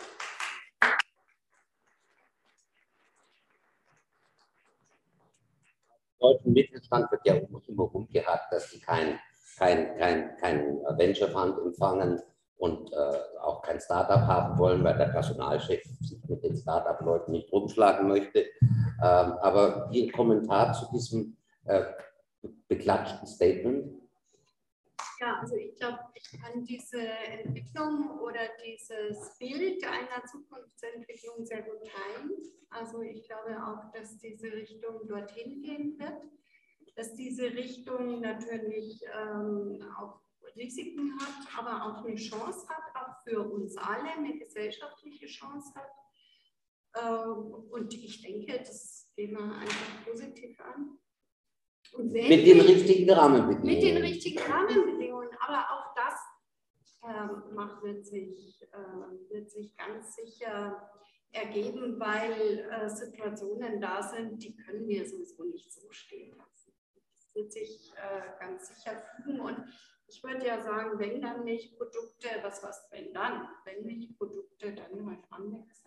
Im deutschen Mittelstand wird ja immer rumgehackt, dass die kein, kein, kein, kein Venture Fund empfangen und äh, auch kein Startup haben wollen, weil der Personalchef sich mit den Startup-Leuten nicht rumschlagen möchte. Ähm, aber wie ein Kommentar zu diesem äh, beklatschten Statement? Ja, also ich glaube, ich kann diese Entwicklung oder dieses Bild einer Zukunftsentwicklung sehr gut teilen. Also ich glaube auch, dass diese Richtung dorthin gehen wird, dass diese Richtung natürlich ähm, auch Risiken hat, aber auch eine Chance hat, auch für uns alle eine gesellschaftliche Chance hat. Ähm, und ich denke, das gehen wir einfach positiv an. Und wenn mit den richtigen Rahmenbedingungen. Mit den richtigen Rahmenbedingungen, aber auch das äh, macht, wird, sich, äh, wird sich ganz sicher ergeben, weil äh, Situationen da sind, die können wir sowieso nicht so stehen lassen. Das wird sich äh, ganz sicher fügen und ich würde ja sagen, wenn dann Milchprodukte, was was wenn dann? Wenn Milchprodukte, dann mal Framwechsel.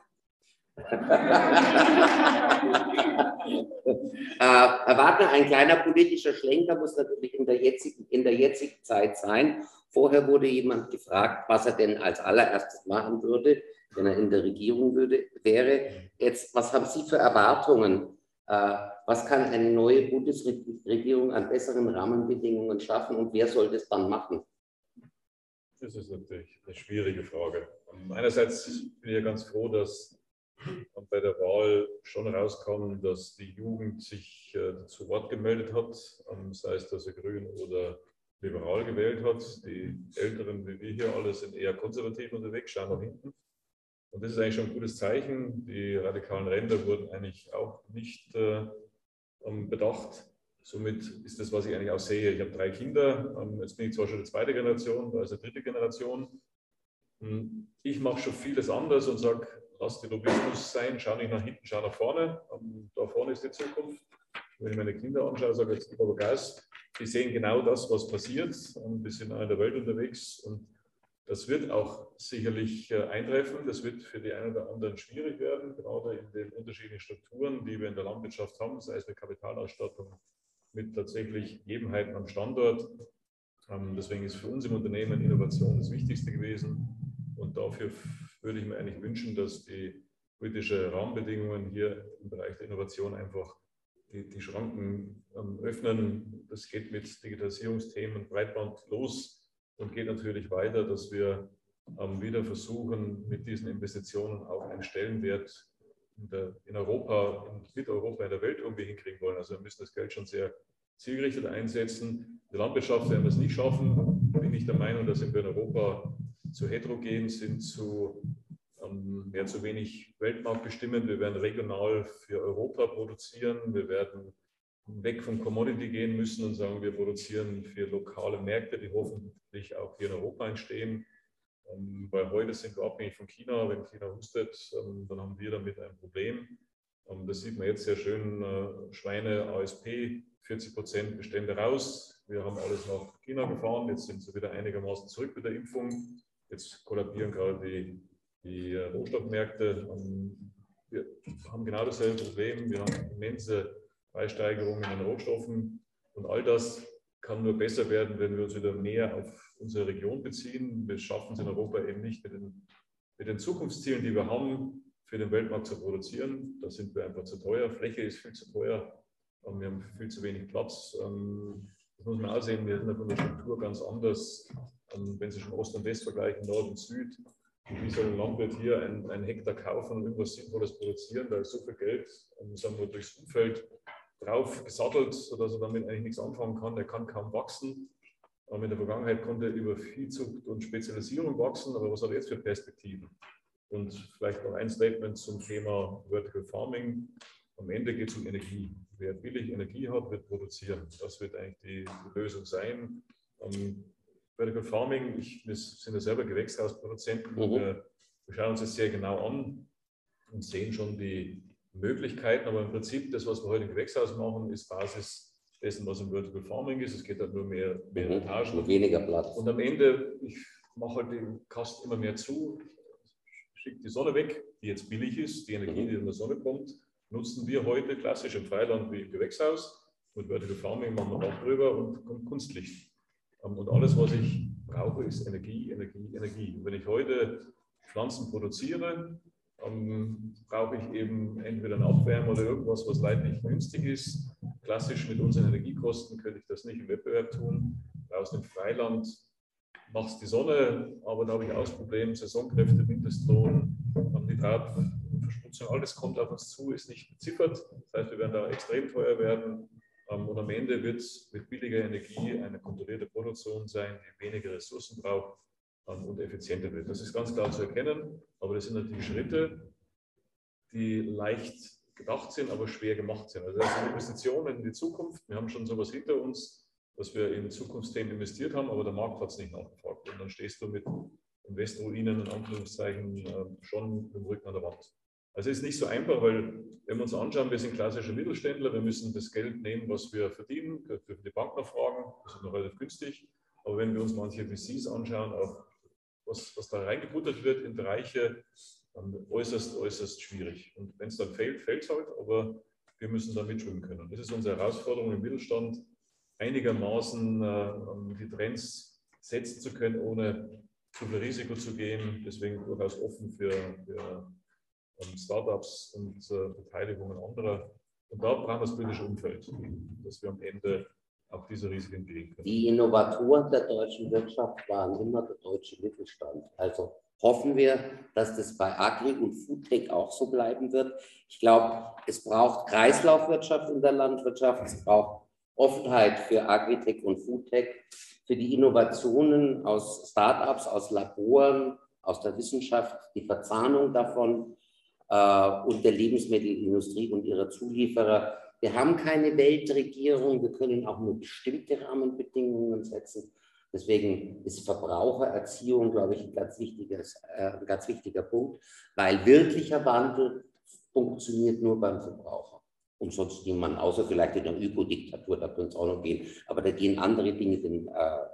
äh, Herr Wagner, ein kleiner politischer Schlenker muss natürlich in der, jetzigen, in der jetzigen Zeit sein. Vorher wurde jemand gefragt, was er denn als allererstes machen würde, wenn er in der Regierung würde, wäre. Jetzt, was haben Sie für Erwartungen? Äh, was kann eine neue Bundesregierung an besseren Rahmenbedingungen schaffen und wer soll das dann machen? Das ist natürlich eine schwierige Frage. Einerseits bin ich ja ganz froh, dass bei der Wahl schon rauskam, dass die Jugend sich äh, zu Wort gemeldet hat, ähm, sei es, dass sie grün oder liberal gewählt hat. Die Älteren wie wir hier alle sind eher konservativ unterwegs, schauen nach hinten. Und das ist eigentlich schon ein gutes Zeichen. Die radikalen Ränder wurden eigentlich auch nicht äh, bedacht. Somit ist das, was ich eigentlich auch sehe. Ich habe drei Kinder, ähm, jetzt bin ich zwar schon die zweite Generation, da ist die dritte Generation. Ich mache schon vieles anders und sage, lass den Lobbyismus sein, schau nicht nach hinten, schau nach vorne. Da vorne ist die Zukunft. Wenn ich meine Kinder anschaue, sage ich, jetzt gib aber Gas. Die sehen genau das, was passiert. Die sind auch in der Welt unterwegs. Und das wird auch sicherlich eintreffen. Das wird für die einen oder anderen schwierig werden, gerade in den unterschiedlichen Strukturen, die wir in der Landwirtschaft haben, sei es mit Kapitalausstattung, mit tatsächlich Gegebenheiten am Standort. Deswegen ist für uns im Unternehmen Innovation das Wichtigste gewesen. Und dafür würde ich mir eigentlich wünschen, dass die politischen Rahmenbedingungen hier im Bereich der Innovation einfach die, die Schranken ähm, öffnen. Das geht mit Digitalisierungsthemen, Breitband los und geht natürlich weiter, dass wir ähm, wieder versuchen, mit diesen Investitionen auch einen Stellenwert in, der, in Europa, in, mit Europa in der Welt irgendwie hinkriegen wollen. Also wir müssen das Geld schon sehr zielgerichtet einsetzen. In der Landwirtschaft werden wir es nicht schaffen, bin ich der Meinung, da sind wir in Europa zu heterogen, sind zu, ähm, ja, zu wenig weltmarktbestimmend. Wir werden regional für Europa produzieren, wir werden weg vom Commodity gehen müssen und sagen, wir produzieren für lokale Märkte, die hoffentlich auch hier in Europa entstehen. Ähm, weil heute sind wir abhängig von China. Wenn China hustet, ähm, dann haben wir damit ein Problem. Ähm, das sieht man jetzt sehr schön. Äh, Schweine, A S P, vierzig Prozent Bestände raus. Wir haben alles nach China gefahren. Jetzt sind sie wieder einigermaßen zurück mit der Impfung. Jetzt kollabieren gerade die, die Rohstoffmärkte. Ähm, wir haben genau dasselbe Problem. Wir haben immense Preissteigerungen in den Rohstoffen. Und all das kann nur besser werden, wenn wir uns wieder mehr auf unsere Region beziehen. Wir schaffen es in Europa eben nicht mit den, mit den Zukunftszielen, die wir haben, für den Weltmarkt zu produzieren. Da sind wir einfach zu teuer. Fläche ist viel zu teuer. Wir haben viel zu wenig Platz. Das muss man auch sehen. Wir sind von der Struktur ganz anders. Wenn Sie schon Ost und West vergleichen, Nord und Süd. Wie soll ein Landwirt hier einen, einen Hektar kaufen und irgendwas Sinnvolles produzieren? Da ist so viel Geld, sagen wir, durchs Umfeld drauf gesattelt, sodass er damit eigentlich nichts anfangen kann. Er kann kaum wachsen. Aber in der Vergangenheit konnte er über Viehzucht und Spezialisierung wachsen. Aber was hat er jetzt für Perspektiven? Und vielleicht noch ein Statement zum Thema Vertical Farming. Am Ende geht es um Energie. Wer billig Energie hat, wird produzieren. Das wird eigentlich die, die Lösung sein. Um, Vertical Farming, ich, wir sind ja selber Gewächshausproduzenten. Mhm. Wir, wir schauen uns das sehr genau an und sehen schon die Möglichkeiten. Aber im Prinzip, das, was wir heute im Gewächshaus machen, ist Basis dessen, was im Vertical Farming ist. Es geht halt nur mehr, mehr mhm. Etagen. Und weniger Platz. Und am Ende, ich mache halt den Kasten immer mehr zu, schicke die Sonne weg, die jetzt billig ist, die Energie, mhm. die in der Sonne kommt, nutzen wir heute klassisch im Freiland wie im Gewächshaus. Mit Vertical Farming machen wir Dach drüber und kommt Kunstlicht. Und alles, was ich brauche, ist Energie, Energie, Energie. Und wenn ich heute Pflanzen produziere, dann brauche ich eben entweder eine Abwärme oder irgendwas, was leidlich günstig ist. Klassisch mit unseren Energiekosten könnte ich das nicht im Wettbewerb tun. Draußen im Freiland macht es die Sonne, aber da habe ich auch das Problem, Saisonkräfte, Mindestlohn, Nitratverschmutzung, alles kommt auf uns zu, ist nicht beziffert. Das heißt, wir werden da extrem teuer werden. Und am Ende wird es mit billiger Energie eine kontrollierte Produktion sein, die weniger Ressourcen braucht und effizienter wird. Das ist ganz klar zu erkennen, aber das sind natürlich Schritte, die leicht gedacht sind, aber schwer gemacht sind. Also das sind Investitionen in die Zukunft. Wir haben schon sowas hinter uns, dass wir in Zukunftsthemen investiert haben, aber der Markt hat es nicht nachgefragt. Und dann stehst du mit Investoruinen in Anführungszeichen schon mit dem Rücken an der Wand. Also es ist nicht so einfach, weil wenn wir uns anschauen, wir sind klassische Mittelständler, wir müssen das Geld nehmen, was wir verdienen, wir dürfen die Bank noch fragen, das ist noch relativ günstig. Aber wenn wir uns manche V Cs anschauen, auch was, was da reingebuttert wird in Bereiche, dann äußerst, äußerst schwierig. Und wenn es dann fällt, fällt es halt, aber wir müssen da mitschwimmen können. Und das ist unsere Herausforderung im Mittelstand, einigermaßen äh, die Trends setzen zu können, ohne zu viel Risiko zu gehen. Deswegen durchaus offen für, für Startups und äh, Beteiligungen anderer. Und da brauchen wir das politische Umfeld, dass wir am Ende auch diese Risiken gehen können. Die Innovatoren der deutschen Wirtschaft waren immer der deutsche Mittelstand. Also hoffen wir, dass das bei Agri und Foodtech auch so bleiben wird. Ich glaube, es braucht Kreislaufwirtschaft in der Landwirtschaft, es braucht Offenheit für Agritech und Foodtech, für die Innovationen aus Startups, aus Laboren, aus der Wissenschaft, die Verzahnung davon und der Lebensmittelindustrie und ihrer Zulieferer. Wir haben keine Weltregierung, wir können auch nur bestimmte Rahmenbedingungen setzen. Deswegen ist Verbrauchererziehung, glaube ich, ein ganz, wichtiges, äh, ein ganz wichtiger Punkt, weil wirklicher Wandel funktioniert nur beim Verbraucher. Und sonst niemand, außer vielleicht in der Ökodiktatur, da könnte es auch noch gehen. Aber da gehen andere Dinge den äh,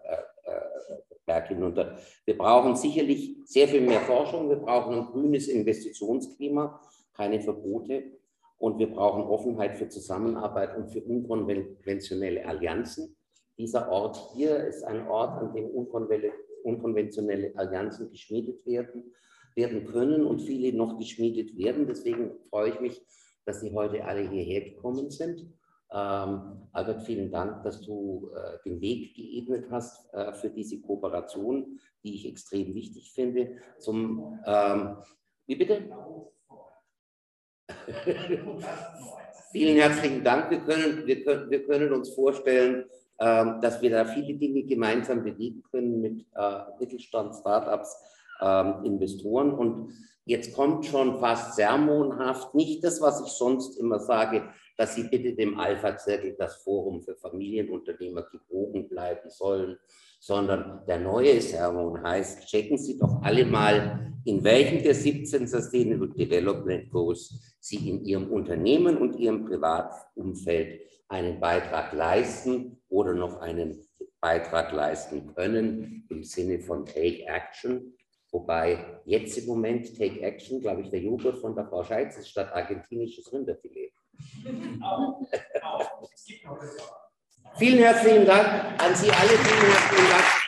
äh, Berg hinunter. Wir brauchen sicherlich sehr viel mehr Forschung, wir brauchen ein grünes Investitionsklima, keine Verbote und wir brauchen Offenheit für Zusammenarbeit und für unkonventionelle Allianzen. Dieser Ort hier ist ein Ort, an dem unkonventionelle Allianzen geschmiedet werden, werden können und viele noch geschmiedet werden. Deswegen freue ich mich, dass Sie heute alle hierher gekommen sind. Ähm, Albert, vielen Dank, dass du äh, den Weg geebnet hast äh, für diese Kooperation, die ich extrem wichtig finde. Zum, ähm, wie bitte? Vielen herzlichen Dank. Wir können, wir können, wir können uns vorstellen, ähm, dass wir da viele Dinge gemeinsam bewegen können mit äh, Mittelstand, Startups, ähm, Investoren. Und jetzt kommt schon fast sermonhaft nicht das, was ich sonst immer sage, dass Sie bitte dem Alpha-Zirkel, das Forum für Familienunternehmer, gewogen bleiben sollen, sondern der neue Sermon heißt, checken Sie doch alle mal, in welchen der siebzehn Sustainable Development Goals Sie in Ihrem Unternehmen und Ihrem Privatumfeld einen Beitrag leisten oder noch einen Beitrag leisten können im Sinne von Take Action. Wobei jetzt im Moment Take Action, glaube ich, der Joghurt von der Frau Scheitz ist statt argentinisches Rinderfilet. Vielen herzlichen Dank an Sie alle. Vielen herzlichen Dank.